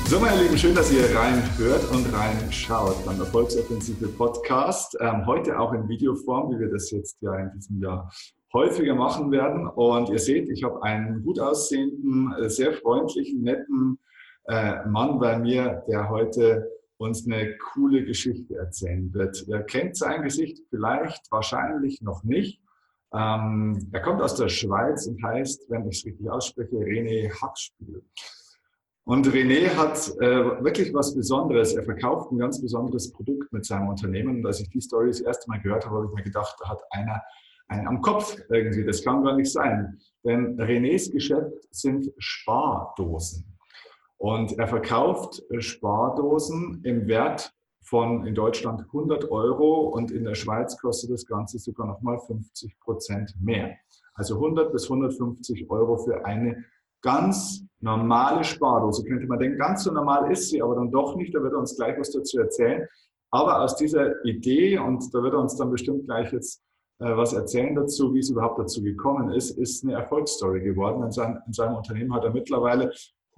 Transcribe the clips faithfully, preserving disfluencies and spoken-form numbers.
So, meine Lieben, schön, dass ihr reinhört und reinschaut beim Erfolgsoffensive Podcast. Ähm, heute auch in Videoform, wie wir das jetzt ja in diesem Jahr häufiger machen werden. Und ihr seht, ich habe einen gut aussehenden, sehr freundlichen, netten äh, Mann bei mir, der heute uns eine coole Geschichte erzählen wird. Ihr kennt sein Gesicht vielleicht, wahrscheinlich noch nicht. Ähm, er kommt aus der Schweiz und heißt, wenn ich es richtig ausspreche, René Hackspiel. Und René hat äh, wirklich was Besonderes. Er verkauft ein ganz besonderes Produkt mit seinem Unternehmen. Und als ich die Story das erste Mal gehört habe, habe ich mir gedacht, da hat einer einen am Kopf irgendwie. Das kann gar nicht sein. Denn Renés Geschäft sind Spardosen. Und er verkauft Spardosen im Wert von in Deutschland hundert Euro und in der Schweiz kostet das Ganze sogar nochmal fünfzig Prozent mehr. Also hundert bis hundertfünfzig Euro für eine ganz normale Spardose. Könnte man denken, ganz so normal ist sie, aber dann doch nicht. Da wird er uns gleich was dazu erzählen. Aber aus dieser Idee, und da wird er uns dann bestimmt gleich jetzt äh, was erzählen dazu, wie es überhaupt dazu gekommen ist, ist eine Erfolgsstory geworden. In, sein, in seinem Unternehmen hat er mittlerweile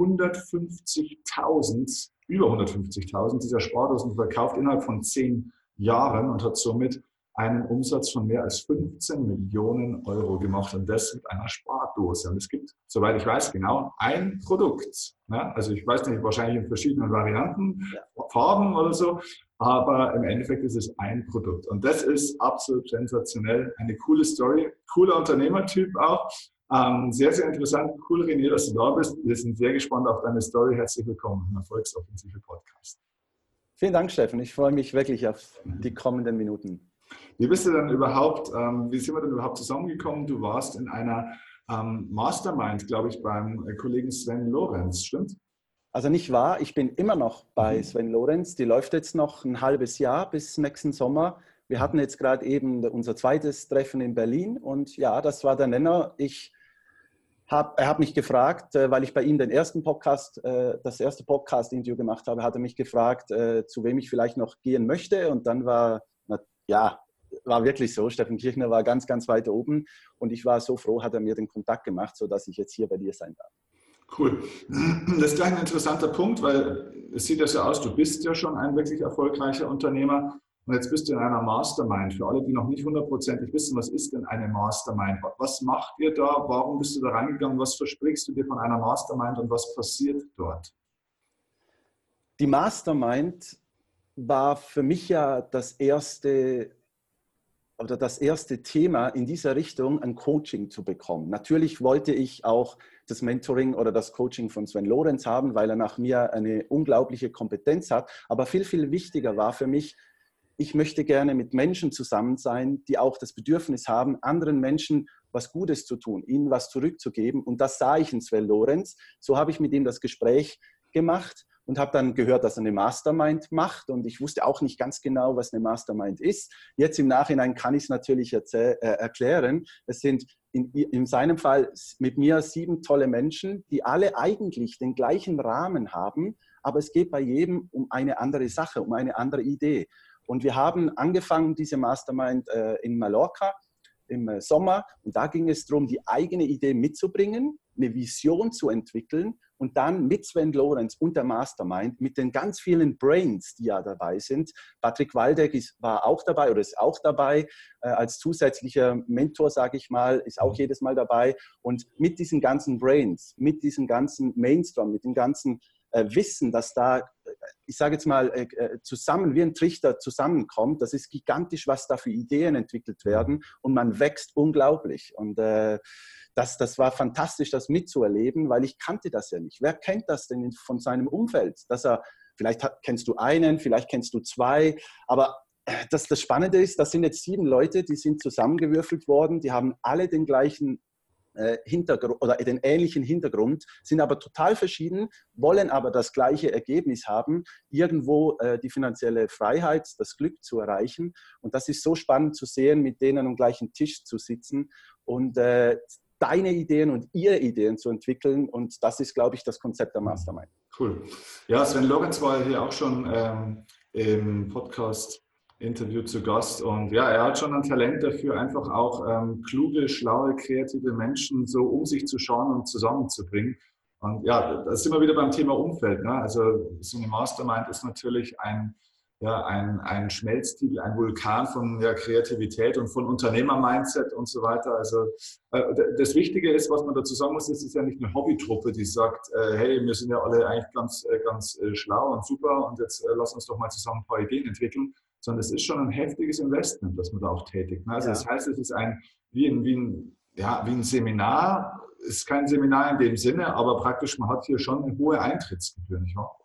hundertfünfzigtausend, über hundertfünfzigtausend dieser Spardosen verkauft innerhalb von zehn Jahren und hat somit einen Umsatz von mehr als fünfzehn Millionen Euro gemacht und das mit einer Spardose. Und es gibt, soweit ich weiß, genau ein Produkt. Ja, also ich weiß nicht, wahrscheinlich in verschiedenen Varianten, ja, Farben oder so, aber im Endeffekt ist es ein Produkt. Und das ist absolut sensationell, eine coole Story, cooler Unternehmertyp auch. Ähm, sehr, sehr interessant. Cool, René, dass du da bist. Wir sind sehr gespannt auf deine Story. Herzlich willkommen im Erfolgsoffensive Podcast. Vielen Dank, Steffen. Ich freue mich wirklich auf die kommenden Minuten. Wie bist du denn überhaupt, ähm, wie sind wir denn überhaupt zusammengekommen? Du warst in einer ähm, Mastermind, glaube ich, beim Kollegen Sven Lorenz, stimmt? Also nicht wahr, ich bin immer noch bei Sven Lorenz. Die läuft jetzt noch ein halbes Jahr bis nächsten Sommer. Wir hatten jetzt gerade eben unser zweites Treffen in Berlin und ja, das war der Nenner. Ich hab, er hat mich gefragt, weil ich bei ihm den ersten Podcast, das erste Podcast-Interview gemacht habe, hat er mich gefragt, zu wem ich vielleicht noch gehen möchte. Und dann war, ja, war wirklich so, Steffen Kirchner war ganz, ganz weit oben. Und ich war so froh, hat er mir den Kontakt gemacht, sodass ich jetzt hier bei dir sein darf. Cool. Das ist gleich ein interessanter Punkt, weil es sieht ja so aus, du bist ja schon ein wirklich erfolgreicher Unternehmer. Und jetzt bist du in einer Mastermind. Für alle, die noch nicht hundertprozentig wissen, was ist denn eine Mastermind? Was macht ihr da? Warum bist du da reingegangen? Was versprichst du dir von einer Mastermind und was passiert dort? Die Mastermind war für mich ja das erste oder das erste Thema in dieser Richtung, ein Coaching zu bekommen. Natürlich wollte ich auch das Mentoring oder das Coaching von Sven Lorenz haben, weil er nach mir eine unglaubliche Kompetenz hat. Aber viel, viel wichtiger war für mich, ich möchte gerne mit Menschen zusammen sein, die auch das Bedürfnis haben, anderen Menschen was Gutes zu tun, ihnen was zurückzugeben. Und das sah ich in Sven Lorenz. So habe ich mit ihm das Gespräch gemacht und habe dann gehört, dass er eine Mastermind macht. Und ich wusste auch nicht ganz genau, was eine Mastermind ist. Jetzt im Nachhinein kann ich es natürlich erzähl- äh, erklären. Es sind in, in seinem Fall mit mir sieben tolle Menschen, die alle eigentlich den gleichen Rahmen haben. Aber es geht bei jedem um eine andere Sache, um eine andere Idee. Und wir haben angefangen, diese Mastermind äh, in Mallorca im äh, Sommer. Und da ging es darum, die eigene Idee mitzubringen, eine Vision zu entwickeln und dann mit Sven Lorenz und der Mastermind, mit den ganz vielen Brains, die ja dabei sind. Patrick Waldeck ist, war auch dabei oder ist auch dabei, äh, als zusätzlicher Mentor, sage ich mal, ist auch jedes Mal dabei. Und mit diesen ganzen Brains, mit diesem ganzen Mainstream, mit dem ganzen äh, Wissen, dass da, ich sage jetzt mal, äh, zusammen wie ein Trichter zusammenkommt, das ist gigantisch, was da für Ideen entwickelt werden und man wächst unglaublich. Und äh, das, das war fantastisch, das mitzuerleben, weil ich kannte das ja nicht. Wer kennt das denn von seinem Umfeld? Dass er, vielleicht hat, kennst du einen, vielleicht kennst du zwei, aber das, das Spannende ist, das sind jetzt sieben Leute, die sind zusammengewürfelt worden, die haben alle den gleichen äh, Hintergrund oder den ähnlichen Hintergrund, sind aber total verschieden, wollen aber das gleiche Ergebnis haben, irgendwo äh, die finanzielle Freiheit, das Glück zu erreichen. Und das ist so spannend zu sehen, mit denen am gleichen Tisch zu sitzen und äh, deine Ideen und ihre Ideen zu entwickeln. Und das ist, glaube ich, das Konzept der Mastermind. Cool. Ja, Sven Lorenz war hier auch schon ähm, im Podcast-Interview zu Gast. Und ja, er hat schon ein Talent dafür, einfach auch ähm, kluge, schlaue, kreative Menschen so um sich zu schauen und zusammenzubringen. Und ja, da sind wir wieder beim Thema Umfeld. Ne? Also so eine Mastermind ist natürlich ein, ja, ein, ein Schmelztiegel, ein Vulkan von ja, Kreativität und von Unternehmer-Mindset und so weiter. Also äh, das Wichtige ist, was man dazu sagen muss, es ist ja nicht eine Hobbytruppe, die sagt, äh, hey, wir sind ja alle eigentlich ganz, äh, ganz äh, schlau und super und jetzt äh, lass uns doch mal zusammen ein paar Ideen entwickeln, sondern es ist schon ein heftiges Investment, das man da auch tätigt. Ne? Also ja. Das heißt, es ist ein, wie ein, wie ein, ja, wie ein Seminar. Es ist kein Seminar in dem Sinne, aber praktisch, man hat hier schon eine hohe Eintrittsgebühr, nicht wahr?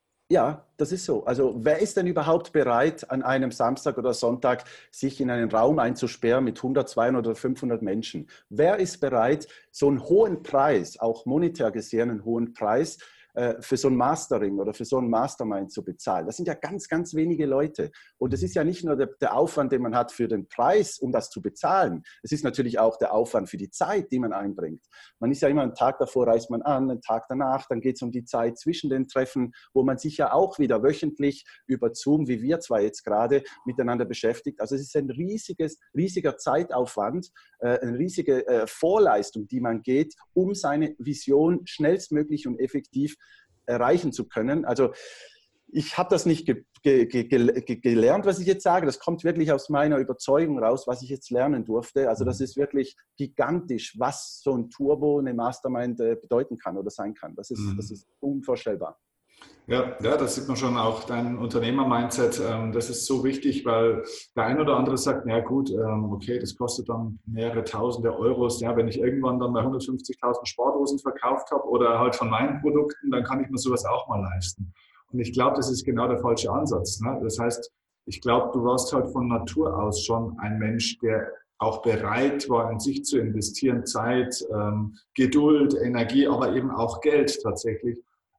Ja, das ist so. Also wer ist denn überhaupt bereit, an einem Samstag oder Sonntag sich in einen Raum einzusperren mit hundert, zweihundert oder fünfhundert Menschen? Wer ist bereit, so einen hohen Preis, auch monetär gesehen einen hohen Preis, für so ein Mastering oder für so ein Mastermind zu bezahlen? Das sind ja ganz, ganz wenige Leute. Und es ist ja nicht nur der, der Aufwand, den man hat für den Preis, um das zu bezahlen. Es ist natürlich auch der Aufwand für die Zeit, die man einbringt. Man ist ja immer einen Tag davor, reist man an, einen Tag danach, dann geht es um die Zeit zwischen den Treffen, wo man sich ja auch wieder wöchentlich über Zoom, wie wir zwei jetzt gerade, miteinander beschäftigt. Also es ist ein riesiges, riesiger Zeitaufwand, äh, eine riesige äh, Vorleistung, die man geht, um seine Vision schnellstmöglich und effektiv erreichen zu können. Also ich habe das nicht ge ge ge gelernt, was ich jetzt sage. Das kommt wirklich aus meiner Überzeugung raus, was ich jetzt lernen durfte. Also das ist wirklich gigantisch, was so ein Turbo, eine Mastermind bedeuten kann oder sein kann. Das ist, das ist unvorstellbar. Ja, ja, das sieht man schon auch, dein Unternehmer-Mindset, ähm, das ist so wichtig, weil der ein oder andere sagt, ja gut, ähm, okay, das kostet dann mehrere tausende Euros. Ja, wenn ich irgendwann dann bei hundertfünfzigtausend Sporthosen verkauft habe oder halt von meinen Produkten, dann kann ich mir sowas auch mal leisten. Und ich glaube, das ist genau der falsche Ansatz. Ne? Das heißt, ich glaube, du warst halt von Natur aus schon ein Mensch, der auch bereit war, in sich zu investieren, Zeit, ähm, Geduld, Energie, aber eben auch Geld tatsächlich,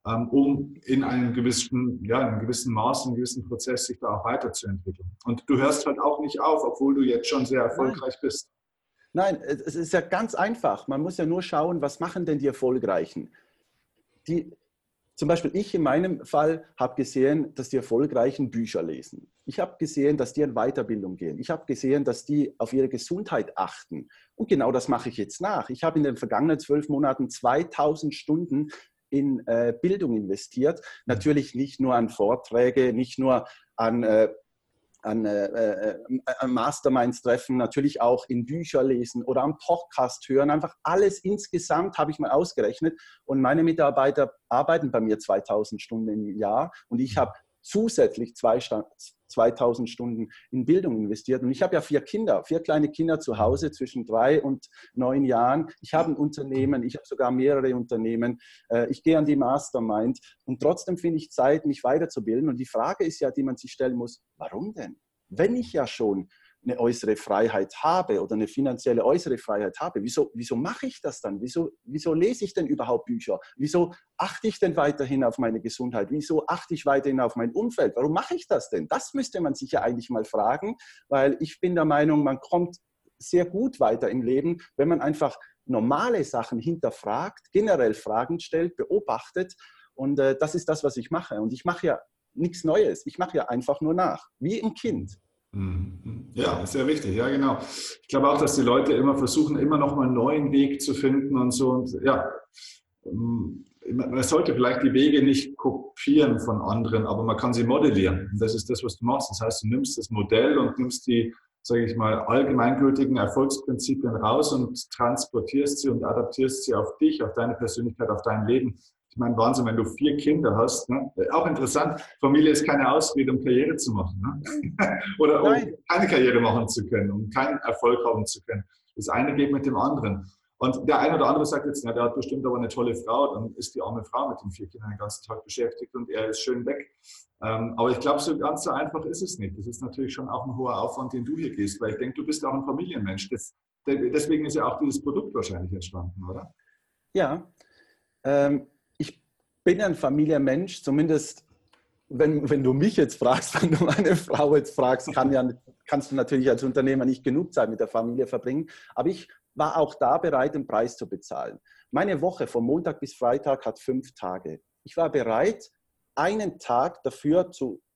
um in einem gewissen, ja, in einem gewissen Maß, in einem gewissen Prozess sich da auch weiterzuentwickeln. Und du hörst halt auch nicht auf, obwohl du jetzt schon sehr erfolgreich Nein. bist. Nein, es ist ja ganz einfach. Man muss ja nur schauen, was machen denn die Erfolgreichen? Die, zum Beispiel ich in meinem Fall habe gesehen, dass die Erfolgreichen Bücher lesen. Ich habe gesehen, dass die in Weiterbildung gehen. Ich habe gesehen, dass die auf ihre Gesundheit achten. Und genau das mache ich jetzt nach. Ich habe in den vergangenen zwölf Monaten zweitausend Stunden in äh, Bildung investiert. Natürlich nicht nur an Vorträge, nicht nur an, äh, an, äh, äh, an Masterminds treffen, natürlich auch in Bücher lesen oder am Podcast hören. Einfach alles insgesamt habe ich mal ausgerechnet. Und meine Mitarbeiter arbeiten bei mir zweitausend Stunden im Jahr und ich habe zusätzlich zweitausend Stunden in Bildung investiert. Und ich habe ja vier Kinder, vier kleine Kinder zu Hause zwischen drei und neun Jahren. Ich habe ein Unternehmen, ich habe sogar mehrere Unternehmen. Ich gehe an die Mastermind und trotzdem finde ich Zeit, mich weiterzubilden. Und die Frage ist ja, die man sich stellen muss, warum denn? Wenn ich ja schon eine äußere Freiheit habe oder eine finanzielle äußere Freiheit habe, wieso, wieso mache ich das dann? Wieso, wieso lese ich denn überhaupt Bücher? Wieso achte ich denn weiterhin auf meine Gesundheit? Wieso achte ich weiterhin auf mein Umfeld? Warum mache ich das denn? Das müsste man sich ja eigentlich mal fragen, weil ich bin der Meinung, man kommt sehr gut weiter im Leben, wenn man einfach normale Sachen hinterfragt, generell Fragen stellt, beobachtet. Und äh, das ist das, was ich mache. Und ich mache ja nichts Neues. Ich mache ja einfach nur nach, wie ein Kind. Ja, sehr wichtig, ja genau. Ich glaube auch, dass die Leute immer versuchen, immer noch mal einen neuen Weg zu finden und so. Und ja, man sollte vielleicht die Wege nicht kopieren von anderen, aber man kann sie modellieren. Und das ist das, was du machst. Das heißt, du nimmst das Modell und nimmst die, sage ich mal, allgemeingültigen Erfolgsprinzipien raus und transportierst sie und adaptierst sie auf dich, auf deine Persönlichkeit, auf dein Leben. Ich meine, Wahnsinn, wenn du vier Kinder hast, ne? Auch interessant, Familie ist keine Ausrede, um Karriere zu machen. Ne? Oder um Nein. keine Karriere machen zu können, um keinen Erfolg haben zu können. Das eine geht mit dem anderen. Und der eine oder andere sagt jetzt, na, der hat bestimmt aber eine tolle Frau, dann ist die arme Frau mit den vier Kindern den ganzen Tag beschäftigt und er ist schön weg. Ähm, aber ich glaube, so ganz so einfach ist es nicht. Das ist natürlich schon auch ein hoher Aufwand, den du hier gehst, weil ich denke, du bist auch ein Familienmensch. Das, deswegen ist ja auch dieses Produkt wahrscheinlich entstanden, oder? Ja, ähm, ich bin ein Familienmensch, zumindest wenn, wenn du mich jetzt fragst, wenn du meine Frau jetzt fragst, kann ja, kannst du natürlich als Unternehmer nicht genug Zeit mit der Familie verbringen. Aber ich war auch da bereit, den Preis zu bezahlen. Meine Woche von Montag bis Freitag hat fünf Tage. Ich war bereit, einen Tag dafür zu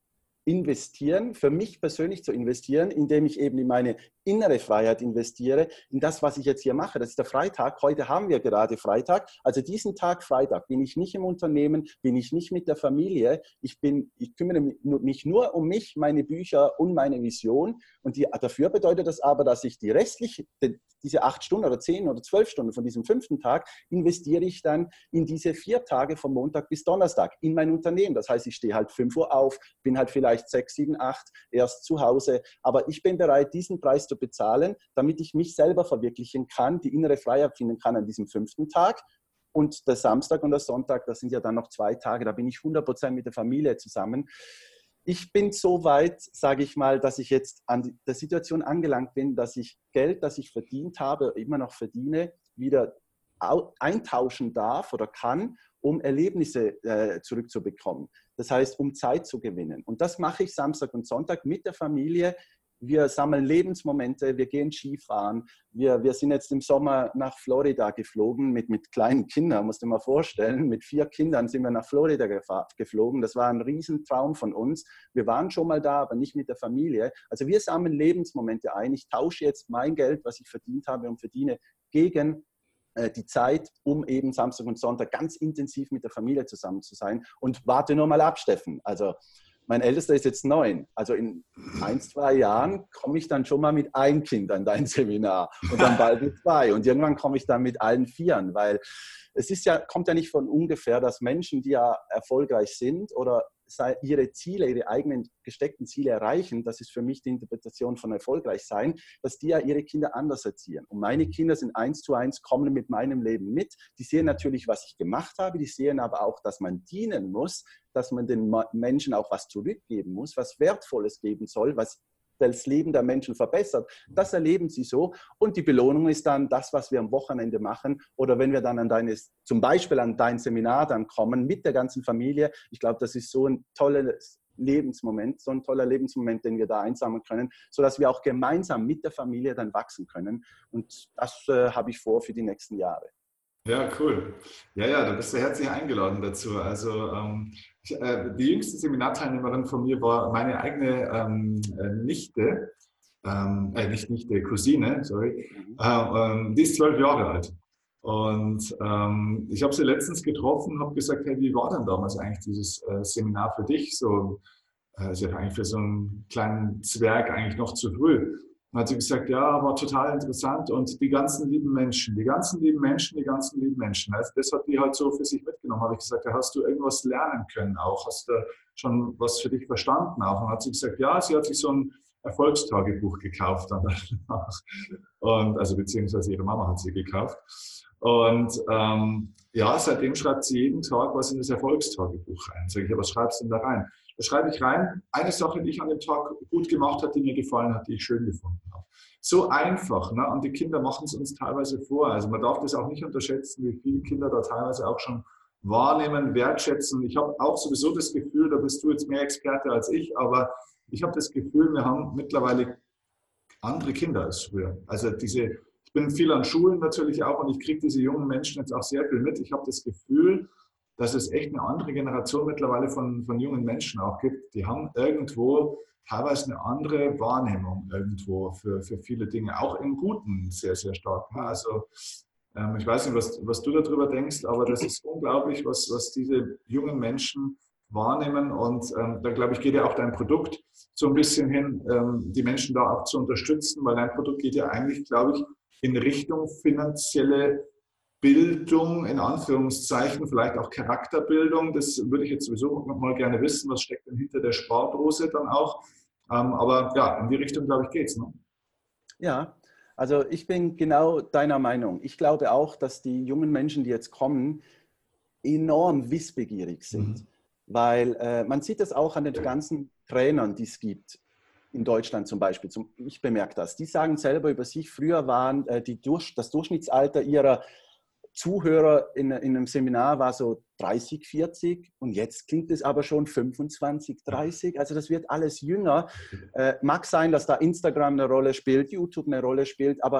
investieren, für mich persönlich zu investieren, indem ich eben in meine innere Freiheit investiere, in das, was ich jetzt hier mache. Das ist der Freitag. Heute haben wir gerade Freitag. Also diesen Tag Freitag bin ich nicht im Unternehmen, bin ich nicht mit der Familie. Ich, bin, ich kümmere mich nur um mich, meine Bücher und meine Vision. Und die, dafür bedeutet das aber, dass ich die restliche, diese acht Stunden oder zehn oder zwölf Stunden von diesem fünften Tag investiere ich dann in diese vier Tage von Montag bis Donnerstag in mein Unternehmen. Das heißt, ich stehe halt fünf Uhr auf, bin halt vielleicht sechs, sieben, acht erst zu Hause. Aber ich bin bereit, diesen Preis zu bezahlen, damit ich mich selber verwirklichen kann, die innere Freiheit finden kann an diesem fünften Tag. Und der Samstag und der Sonntag, das sind ja dann noch zwei Tage, da bin ich hundert Prozent mit der Familie zusammen. Ich bin so weit, sage ich mal, dass ich jetzt an der Situation angelangt bin, dass ich Geld, das ich verdient habe, immer noch verdiene, wieder eintauschen darf oder kann, um Erlebnisse äh, zurückzubekommen. Das heißt, um Zeit zu gewinnen. Und das mache ich Samstag und Sonntag mit der Familie. Wir sammeln Lebensmomente, wir gehen Skifahren. Wir, wir sind jetzt im Sommer nach Florida geflogen mit, mit kleinen Kindern, musst du dir mal vorstellen. Mit vier Kindern sind wir nach Florida geflogen. Das war ein Riesentraum von uns. Wir waren schon mal da, aber nicht mit der Familie. Also wir sammeln Lebensmomente ein. Ich tausche jetzt mein Geld, was ich verdient habe und verdiene, gegen die Zeit, um eben Samstag und Sonntag ganz intensiv mit der Familie zusammen zu sein. Und warte nur mal ab, Steffen. Also mein Ältester ist jetzt neun. Also in ein, zwei Jahren komme ich dann schon mal mit einem Kind an dein Seminar und dann bald mit zwei. Und irgendwann komme ich dann mit allen Vieren, weil es ist ja, kommt ja nicht von ungefähr, dass Menschen, die ja erfolgreich sind oder ihre Ziele, ihre eigenen gesteckten Ziele erreichen, das ist für mich die Interpretation von erfolgreich sein, dass die ja ihre Kinder anders erziehen. Und meine Kinder sind eins zu eins, kommen mit meinem Leben mit. Die sehen natürlich, was ich gemacht habe, die sehen aber auch, dass man dienen muss, dass man den Menschen auch was zurückgeben muss, was Wertvolles geben soll, was das Leben der Menschen verbessert. Das erleben sie so. Und die Belohnung ist dann das, was wir am Wochenende machen. Oder wenn wir dann an deines, zum Beispiel an dein Seminar dann kommen mit der ganzen Familie. Ich glaube, das ist so ein tolles Lebensmoment, so ein toller Lebensmoment, den wir da einsammeln können, sodass wir auch gemeinsam mit der Familie dann wachsen können. Und das äh, habe ich vor für die nächsten Jahre. Ja, cool. Ja, ja, da bist du herzlich eingeladen dazu. Also ähm, ich, äh, die jüngste Seminarteilnehmerin von mir war meine eigene ähm, äh, Nichte, ähm, äh, nicht Nichte, Cousine, sorry. Mhm. Äh, ähm, die ist zwölf Jahre alt. Und ähm, ich habe sie letztens getroffen und habe gesagt, hey, wie war denn damals eigentlich dieses äh, Seminar für dich? So, äh, ist ja eigentlich für so einen kleinen Zwerg eigentlich noch zu früh. Und hat sie gesagt, ja, war total interessant und die ganzen lieben Menschen, die ganzen lieben Menschen, die ganzen lieben Menschen. Also das hat die halt so für sich mitgenommen. Habe ich gesagt, ja, hast du irgendwas lernen können auch? Hast du schon was für dich verstanden auch? Und hat sie gesagt, ja, sie hat sich so ein Erfolgstagebuch gekauft danach. Und, also beziehungsweise ihre Mama hat sie gekauft. Und ähm, ja, seitdem schreibt sie jeden Tag was in das Erfolgstagebuch rein. Sag ich, ja, was schreibst du denn da rein? Da schreibe ich rein, eine Sache, die ich an dem Tag gut gemacht habe, die mir gefallen hat, die ich schön gefunden habe. So einfach, ne? Und die Kinder machen es uns teilweise vor. Also man darf das auch nicht unterschätzen, wie viele Kinder da teilweise auch schon wahrnehmen, wertschätzen. Ich habe auch sowieso das Gefühl, da bist du jetzt mehr Experte als ich, aber ich habe das Gefühl, wir haben mittlerweile andere Kinder als früher. Also diese, ich bin viel an Schulen natürlich auch und ich kriege diese jungen Menschen jetzt auch sehr viel mit. Ich habe das Gefühl, dass es echt eine andere Generation mittlerweile von, von jungen Menschen auch gibt. Die haben irgendwo teilweise eine andere Wahrnehmung irgendwo für, für viele Dinge, auch im Guten sehr, sehr stark. Also ähm, ich weiß nicht, was, was du darüber denkst, aber das ist unglaublich, was, was diese jungen Menschen wahrnehmen und ähm, da glaube ich, geht ja auch dein Produkt so ein bisschen hin, ähm, die Menschen da auch zu unterstützen, weil dein Produkt geht ja eigentlich, glaube ich, in Richtung finanzielle Bildung, in Anführungszeichen, vielleicht auch Charakterbildung. Das würde ich jetzt sowieso mal gerne wissen, was steckt denn hinter der Spardose dann auch. Ähm, aber ja, in die Richtung, glaube ich, geht es. Ne? Ja, also ich bin genau deiner Meinung. Ich glaube auch, dass die jungen Menschen, die jetzt kommen, enorm wissbegierig sind. Mhm. Weil äh, man sieht das auch an den ganzen Trainern, die es gibt. In Deutschland zum Beispiel. Zum, ich bemerke das. Die sagen selber über sich, früher waren äh, die Durch, das Durchschnittsalter ihrer Zuhörer in, in einem Seminar war so dreißig, vierzig und jetzt klingt es aber schon fünfundzwanzig, dreißig. Also das wird alles jünger. Äh, mag sein, dass da Instagram eine Rolle spielt, YouTube eine Rolle spielt, aber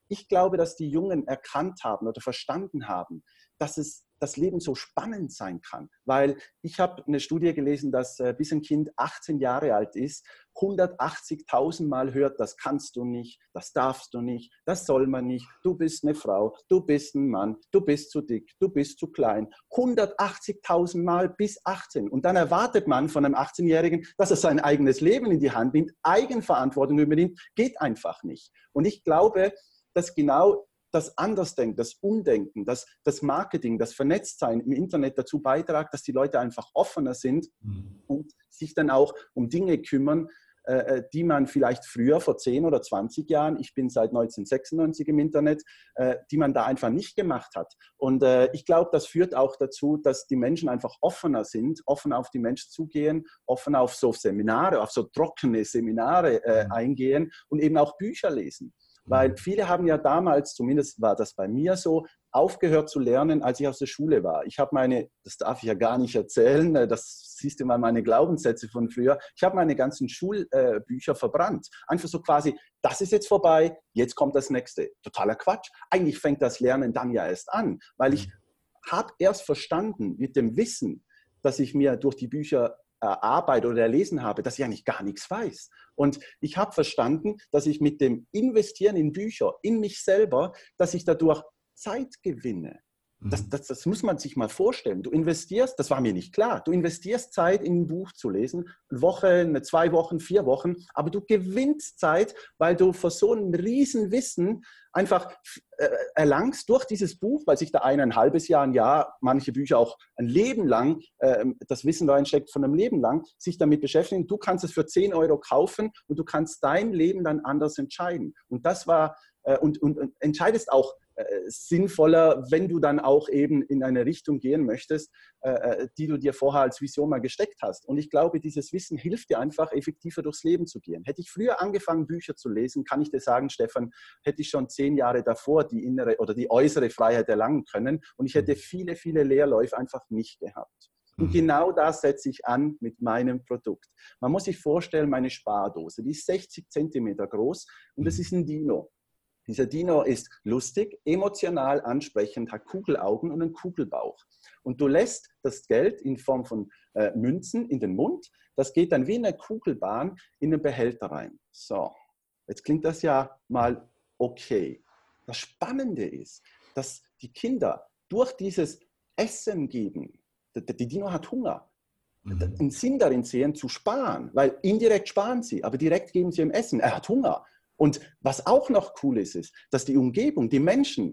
ich glaube, dass die Jungen erkannt haben oder verstanden haben, dass es das Leben so spannend sein kann. Weil ich habe eine Studie gelesen, dass äh, bis ein Kind achtzehn Jahre alt ist, hundertachtzigtausend Mal hört, das kannst du nicht, das darfst du nicht, das soll man nicht, du bist eine Frau, du bist ein Mann, du bist zu dick, du bist zu klein. hundertachtzigtausend Mal bis achtzehn. Und dann erwartet man von einem achtzehnjährigen, dass er sein eigenes Leben in die Hand nimmt, Eigenverantwortung übernimmt, geht einfach nicht. Und ich glaube, dass genau das Andersdenken, das Umdenken, das, das Marketing, das Vernetztsein im Internet dazu beiträgt, dass die Leute einfach offener sind mhm. und sich dann auch um Dinge kümmern, äh, die man vielleicht früher, vor zehn oder zwanzig Jahren, ich bin seit neunzehnhundertsechsundneunzig im Internet, äh, die man da einfach nicht gemacht hat. Und äh, ich glaube, das führt auch dazu, dass die Menschen einfach offener sind, offen auf die Menschen zugehen, offen auf so Seminare, auf so trockene Seminare äh, mhm. eingehen und eben auch Bücher lesen. Weil viele haben ja damals, zumindest war das bei mir so, aufgehört zu lernen, als ich aus der Schule war. Ich habe meine, das darf ich ja gar nicht erzählen, das siehst du mal, meine Glaubenssätze von früher, ich habe meine ganzen Schulbücher verbrannt. Einfach so quasi, das ist jetzt vorbei, jetzt kommt das nächste. Totaler Quatsch. Eigentlich fängt das Lernen dann ja erst an, weil ich habe erst verstanden mit dem Wissen, dass ich mir durch die Bücher erarbeite oder erlesen habe, dass ich eigentlich gar nichts weiß. Und ich habe verstanden, dass ich mit dem Investieren in Bücher, in mich selber, dass ich dadurch Zeit gewinne. Das, das, das muss man sich mal vorstellen. Du investierst, das war mir nicht klar, du investierst Zeit, in ein Buch zu lesen, eine Woche, eine zwei Wochen, vier Wochen, aber du gewinnst Zeit, weil du vor so einem riesen Wissen einfach äh, erlangst durch dieses Buch, weil sich da ein, ein halbes Jahr, ein Jahr, manche Bücher auch ein Leben lang, äh, das Wissen reinsteckt von einem Leben lang, sich damit beschäftigen. Du kannst es für zehn Euro kaufen und du kannst dein Leben dann anders entscheiden. Und das war, äh, und, und, und entscheidest auch sinnvoller, wenn du dann auch eben in eine Richtung gehen möchtest, äh, die du dir vorher als Vision mal gesteckt hast. Und ich glaube, dieses Wissen hilft dir einfach, effektiver durchs Leben zu gehen. Hätte ich früher angefangen, Bücher zu lesen, kann ich dir sagen, Stefan, hätte ich schon zehn Jahre davor die innere oder die äußere Freiheit erlangen können und ich hätte viele, viele Leerläufe einfach nicht gehabt. Und genau das setze ich an mit meinem Produkt. Man muss sich vorstellen, meine Spardose, die ist sechzig Zentimeter groß und das ist ein Dino. Dieser Dino ist lustig, emotional ansprechend, hat Kugelaugen und einen Kugelbauch. Und du lässt das Geld in Form von äh, Münzen in den Mund. Das geht dann wie eine Kugelbahn in den Behälter rein. So, jetzt klingt das ja mal okay. Das Spannende ist, dass die Kinder durch dieses Essen geben, die Dino hat Hunger, mhm. einen Sinn darin sehen, zu sparen. Weil indirekt sparen sie, aber direkt geben sie ihm Essen. Er hat Hunger. Und was auch noch cool ist, ist, dass die Umgebung, die Menschen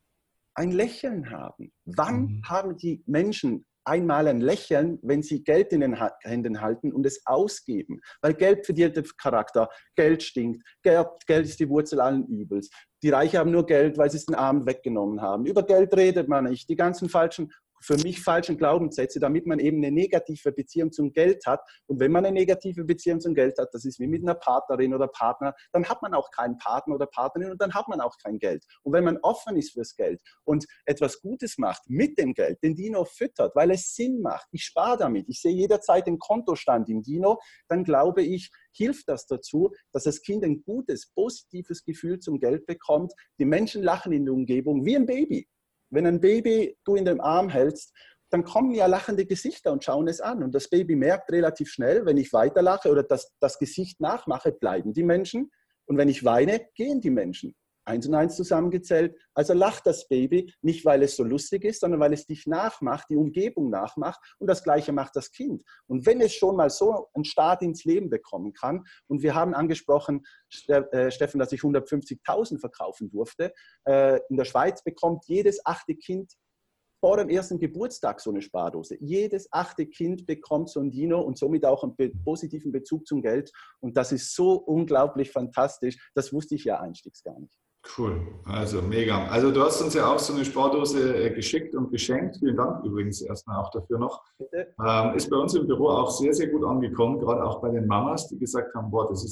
ein Lächeln haben. Wann mhm. haben die Menschen einmal ein Lächeln, wenn sie Geld in den Händen halten und es ausgeben? Weil Geld verdirbt den Charakter, Geld stinkt, Geld, Geld ist die Wurzel allen Übels. Die Reichen haben nur Geld, weil sie es den Armen weggenommen haben. Über Geld redet man nicht. Die ganzen falschen, für mich falschen Glaubenssätze, damit man eben eine negative Beziehung zum Geld hat. Und wenn man eine negative Beziehung zum Geld hat, das ist wie mit einer Partnerin oder Partner, dann hat man auch keinen Partner oder Partnerin und dann hat man auch kein Geld. Und wenn man offen ist fürs Geld und etwas Gutes macht mit dem Geld, den Dino füttert, weil es Sinn macht, ich spare damit, ich sehe jederzeit den Kontostand im Dino, dann glaube ich, hilft das dazu, dass das Kind ein gutes, positives Gefühl zum Geld bekommt. Die Menschen lachen in der Umgebung wie ein Baby. Wenn ein Baby du in den Arm hältst, dann kommen ja lachende Gesichter und schauen es an. Und das Baby merkt relativ schnell, wenn ich weiterlache oder das, das Gesicht nachmache, bleiben die Menschen. Und wenn ich weine, gehen die Menschen. Eins und eins zusammengezählt. Also lacht das Baby nicht, weil es so lustig ist, sondern weil es dich nachmacht, die Umgebung nachmacht. Und das Gleiche macht das Kind. Und wenn es schon mal so einen Start ins Leben bekommen kann, und wir haben angesprochen, Steffen, dass ich hundertfünfzigtausend verkaufen durfte, in der Schweiz bekommt jedes achte Kind vor dem ersten Geburtstag so eine Spardose. Jedes achte Kind bekommt so ein Dino und somit auch einen positiven Bezug zum Geld. Und das ist so unglaublich fantastisch. Das wusste ich ja einstiegs gar nicht. Cool, also mega. Also du hast uns ja auch so eine Spardose geschickt und geschenkt. Vielen Dank übrigens erstmal auch dafür noch. Ähm, ist bei uns im Büro auch sehr, sehr gut angekommen, gerade auch bei den Mamas, die gesagt haben, boah, das ist ja echt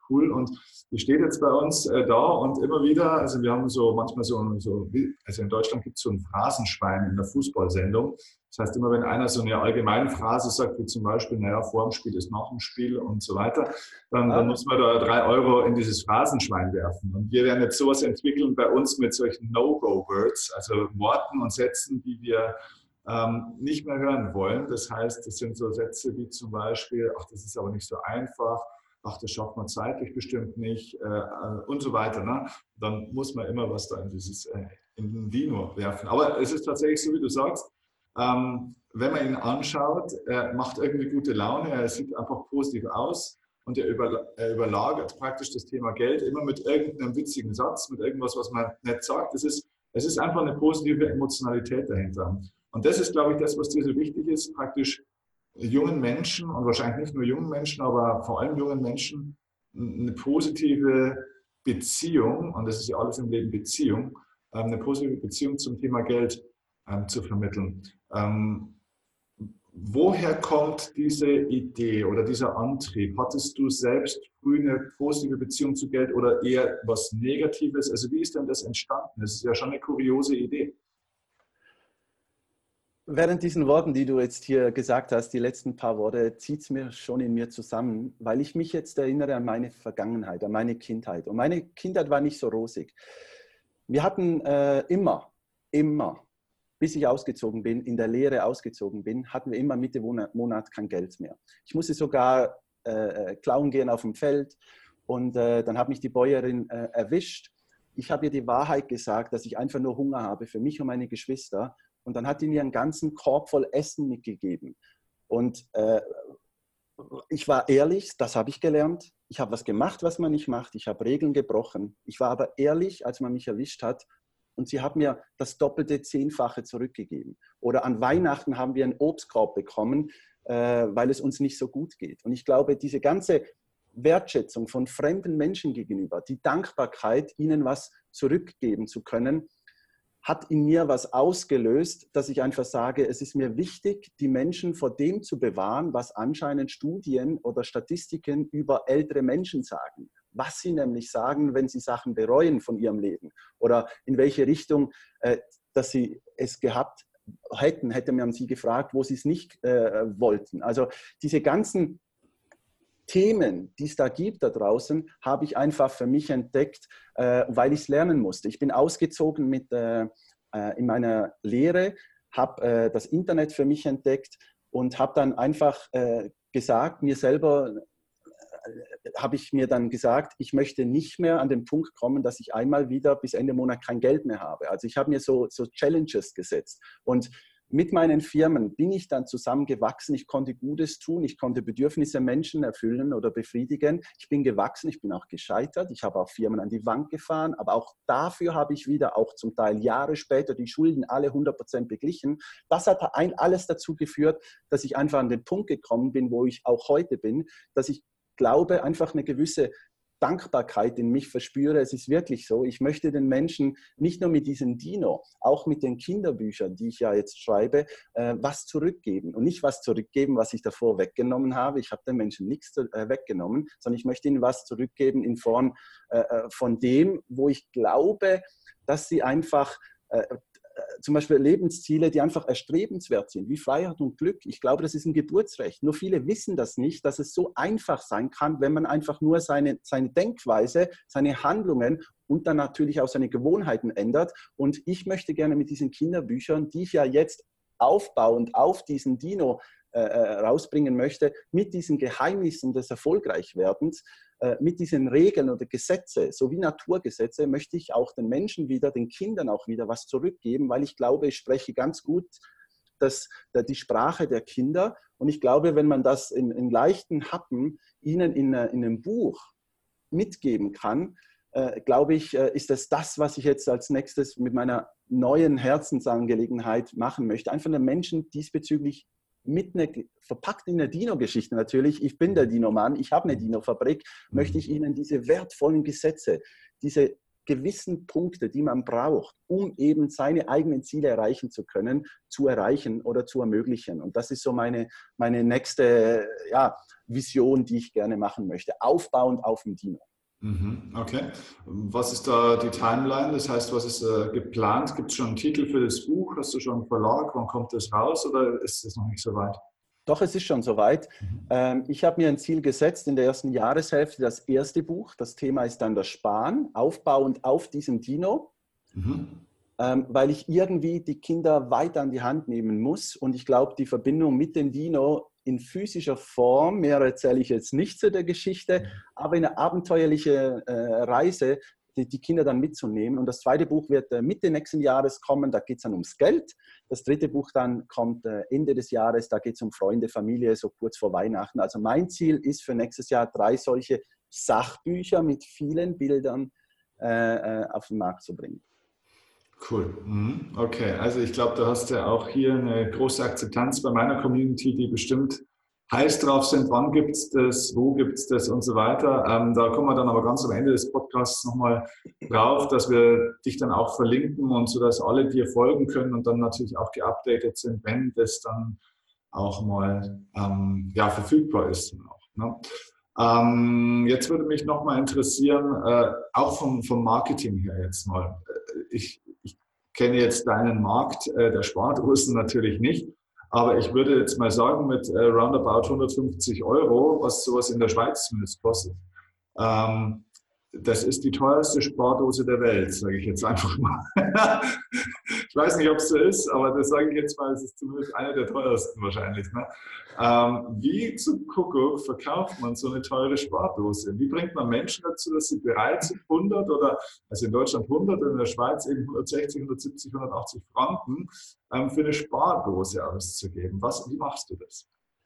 cool. Und die steht jetzt bei uns äh, da und immer wieder, also wir haben so manchmal so, so also in Deutschland gibt es so ein Phrasenschwein in der Fußballsendung. Das heißt, immer wenn einer so eine allgemeine Phrase sagt, wie zum Beispiel, naja, vor dem Spiel ist nach dem Spiel und so weiter, dann, dann muss man da drei Euro in dieses Phrasenschwein werfen. Und wir werden jetzt sowas entwickeln bei uns mit solchen No-Go-Words, also Worten und Sätzen, die wir ähm, nicht mehr hören wollen. Das heißt, das sind so Sätze wie zum Beispiel, ach, das ist aber nicht so einfach, ach, das schafft man zeitlich bestimmt nicht äh, und so weiter. Ne? Dann muss man immer was da in dieses äh, in den Dino werfen. Aber es ist tatsächlich so, wie du sagst, ähm, wenn man ihn anschaut, er macht irgendwie gute Laune, er sieht einfach positiv aus und er, über, er überlagert praktisch das Thema Geld immer mit irgendeinem witzigen Satz, mit irgendwas, was man nicht sagt. Es ist, es ist einfach eine positive Emotionalität dahinter. Und das ist, glaube ich, das, was dir so wichtig ist, praktisch jungen Menschen und wahrscheinlich nicht nur jungen Menschen, aber vor allem jungen Menschen eine positive Beziehung, und das ist ja alles im Leben Beziehung, eine positive Beziehung zum Thema Geld ähm, zu vermitteln. Ähm, woher kommt diese Idee oder dieser Antrieb? Hattest du selbst früh eine positive Beziehung zu Geld oder eher was Negatives? Also wie ist denn das entstanden? Das ist ja schon eine kuriose Idee. Während diesen Worten, die du jetzt hier gesagt hast, die letzten paar Worte, zieht es mir schon in mir zusammen, weil ich mich jetzt erinnere an meine Vergangenheit, an meine Kindheit. Und meine Kindheit war nicht so rosig. Wir hatten äh, immer, immer, bis ich ausgezogen bin, in der Lehre ausgezogen bin, hatten wir immer Mitte Monat kein Geld mehr. Ich musste sogar äh, klauen gehen auf dem Feld und äh, dann hat mich die Bäuerin äh, erwischt. Ich habe ihr die Wahrheit gesagt, dass ich einfach nur Hunger habe für mich und meine Geschwister. Und dann hat die mir einen ganzen Korb voll Essen mitgegeben. Und äh, ich war ehrlich, das habe ich gelernt. Ich habe was gemacht, was man nicht macht. Ich habe Regeln gebrochen. Ich war aber ehrlich, als man mich erwischt hat. Und sie hat mir das doppelte, zehnfache zurückgegeben. Oder an Weihnachten haben wir einen Obstkorb bekommen, äh, weil es uns nicht so gut geht. Und ich glaube, diese ganze Wertschätzung von fremden Menschen gegenüber, die Dankbarkeit, ihnen was zurückgeben zu können, hat in mir was ausgelöst, dass ich einfach sage, es ist mir wichtig, die Menschen vor dem zu bewahren, was anscheinend Studien oder Statistiken über ältere Menschen sagen. Was sie nämlich sagen, wenn sie Sachen bereuen von ihrem Leben oder in welche Richtung, äh, dass sie es gehabt hätten, hätte man sie gefragt, wo sie es nicht äh, wollten. Also diese ganzen Themen, die es da gibt da draußen, habe ich einfach für mich entdeckt, äh, weil ich es lernen musste. Ich bin ausgezogen mit, äh, äh, in meiner Lehre, habe äh, das Internet für mich entdeckt und habe dann einfach äh, gesagt, mir selber äh, habe ich mir dann gesagt, ich möchte nicht mehr an den Punkt kommen, dass ich einmal wieder bis Ende Monat kein Geld mehr habe. Also ich habe mir so, so Challenges gesetzt und mit meinen Firmen bin ich dann zusammengewachsen. Ich konnte Gutes tun, ich konnte Bedürfnisse Menschen erfüllen oder befriedigen. Ich bin gewachsen, ich bin auch gescheitert. Ich habe auch Firmen an die Wand gefahren, aber auch dafür habe ich wieder, auch zum Teil Jahre später, die Schulden alle hundert Prozent beglichen. Das hat ein, alles dazu geführt, dass ich einfach an den Punkt gekommen bin, wo ich auch heute bin, dass ich glaube, einfach eine gewisse Dankbarkeit in mich verspüre. Es ist wirklich so, ich möchte den Menschen nicht nur mit diesem Dino, auch mit den Kinderbüchern, die ich ja jetzt schreibe, äh, was zurückgeben. Und nicht was zurückgeben, was ich davor weggenommen habe. Ich habe den Menschen nichts äh, weggenommen, sondern ich möchte ihnen was zurückgeben in Form äh, von dem, wo ich glaube, dass sie einfach äh, zum Beispiel Lebensziele, die einfach erstrebenswert sind, wie Freiheit und Glück. Ich glaube, das ist ein Geburtsrecht. Nur viele wissen das nicht, dass es so einfach sein kann, wenn man einfach nur seine, seine Denkweise, seine Handlungen und dann natürlich auch seine Gewohnheiten ändert. Und ich möchte gerne mit diesen Kinderbüchern, die ich ja jetzt aufbauend auf diesen Dino äh, rausbringen möchte, mit diesen Geheimnissen des Erfolgreichwerdens, äh, mit diesen Regeln oder Gesetze, sowie Naturgesetze, möchte ich auch den Menschen wieder, den Kindern auch wieder was zurückgeben, weil ich glaube, ich spreche ganz gut das, die Sprache der Kinder. Und ich glaube, wenn man das in, in leichten Happen ihnen in, in einem Buch mitgeben kann, äh, glaube ich, äh, ist das das, was ich jetzt als nächstes mit meiner neuen Herzensangelegenheit machen möchte. Einfach den Menschen diesbezüglich mit einer, verpackt in der Dino-Geschichte natürlich, ich bin der Dino-Mann, ich habe eine Dino-Fabrik, möchte ich Ihnen diese wertvollen Gesetze, diese gewissen Punkte, die man braucht, um eben seine eigenen Ziele erreichen zu können, zu erreichen oder zu ermöglichen. Und das ist so meine, meine nächste ja, Vision, die ich gerne machen möchte, aufbauend auf dem Dino. Mhm, okay. Was ist da die Timeline? Das heißt, was ist äh, geplant? Gibt es schon einen Titel für das Buch? Hast du schon einen Verlag? Wann kommt das raus oder ist es noch nicht so weit? Doch, es ist schon soweit. Mhm. Ähm, ich habe mir ein Ziel gesetzt, in der ersten Jahreshälfte das erste Buch. Das Thema ist dann das Sparen, aufbauend auf diesem Dino, Mhm. ähm, weil ich irgendwie die Kinder weiter an die Hand nehmen muss. Und ich glaube, die Verbindung mit dem Dino in physischer Form, mehr erzähle ich jetzt nicht zu der Geschichte, aber in eine abenteuerliche äh, Reise, die, die Kinder dann mitzunehmen. Und das zweite Buch wird äh, Mitte nächsten Jahres kommen, da geht es dann ums Geld. Das dritte Buch dann kommt äh, Ende des Jahres, da geht es um Freunde, Familie, so kurz vor Weihnachten. Also mein Ziel ist für nächstes Jahr drei solche Sachbücher mit vielen Bildern äh, auf den Markt zu bringen. Cool. Mhm. Okay, also ich glaube, du hast ja auch hier eine große Akzeptanz bei meiner Community, die bestimmt heiß drauf sind, wann gibt es das, wo gibt es das und so weiter. Ähm, da kommen wir dann aber ganz am Ende des Podcasts nochmal drauf, dass wir dich dann auch verlinken und so, dass alle dir folgen können und dann natürlich auch geupdatet sind, wenn das dann auch mal ähm, ja, verfügbar ist. Auch, ne? ähm, jetzt würde mich nochmal interessieren, äh, auch vom, vom Marketing her jetzt mal. Ich, ich kenne jetzt deinen Markt äh, der Spardosen natürlich nicht. Aber ich würde jetzt mal sagen, mit äh, roundabout hundertfünfzig Euro, was sowas in der Schweiz zumindest kostet, ähm, das ist die teuerste Spardose der Welt, sage ich jetzt einfach mal. Ich weiß nicht, ob es so ist, aber das sage ich jetzt mal, es ist zumindest eine der teuersten wahrscheinlich. Ne? Ähm, wie zum Kuckuck verkauft man so eine teure Spardose? Wie bringt man Menschen dazu, dass sie bereit sind, hundert oder, also in Deutschland hundert und in der Schweiz eben hundertsechzig, hundertsiebzig, hundertachtzig Franken ähm, für eine Spardose auszugeben? Was, wie machst du das?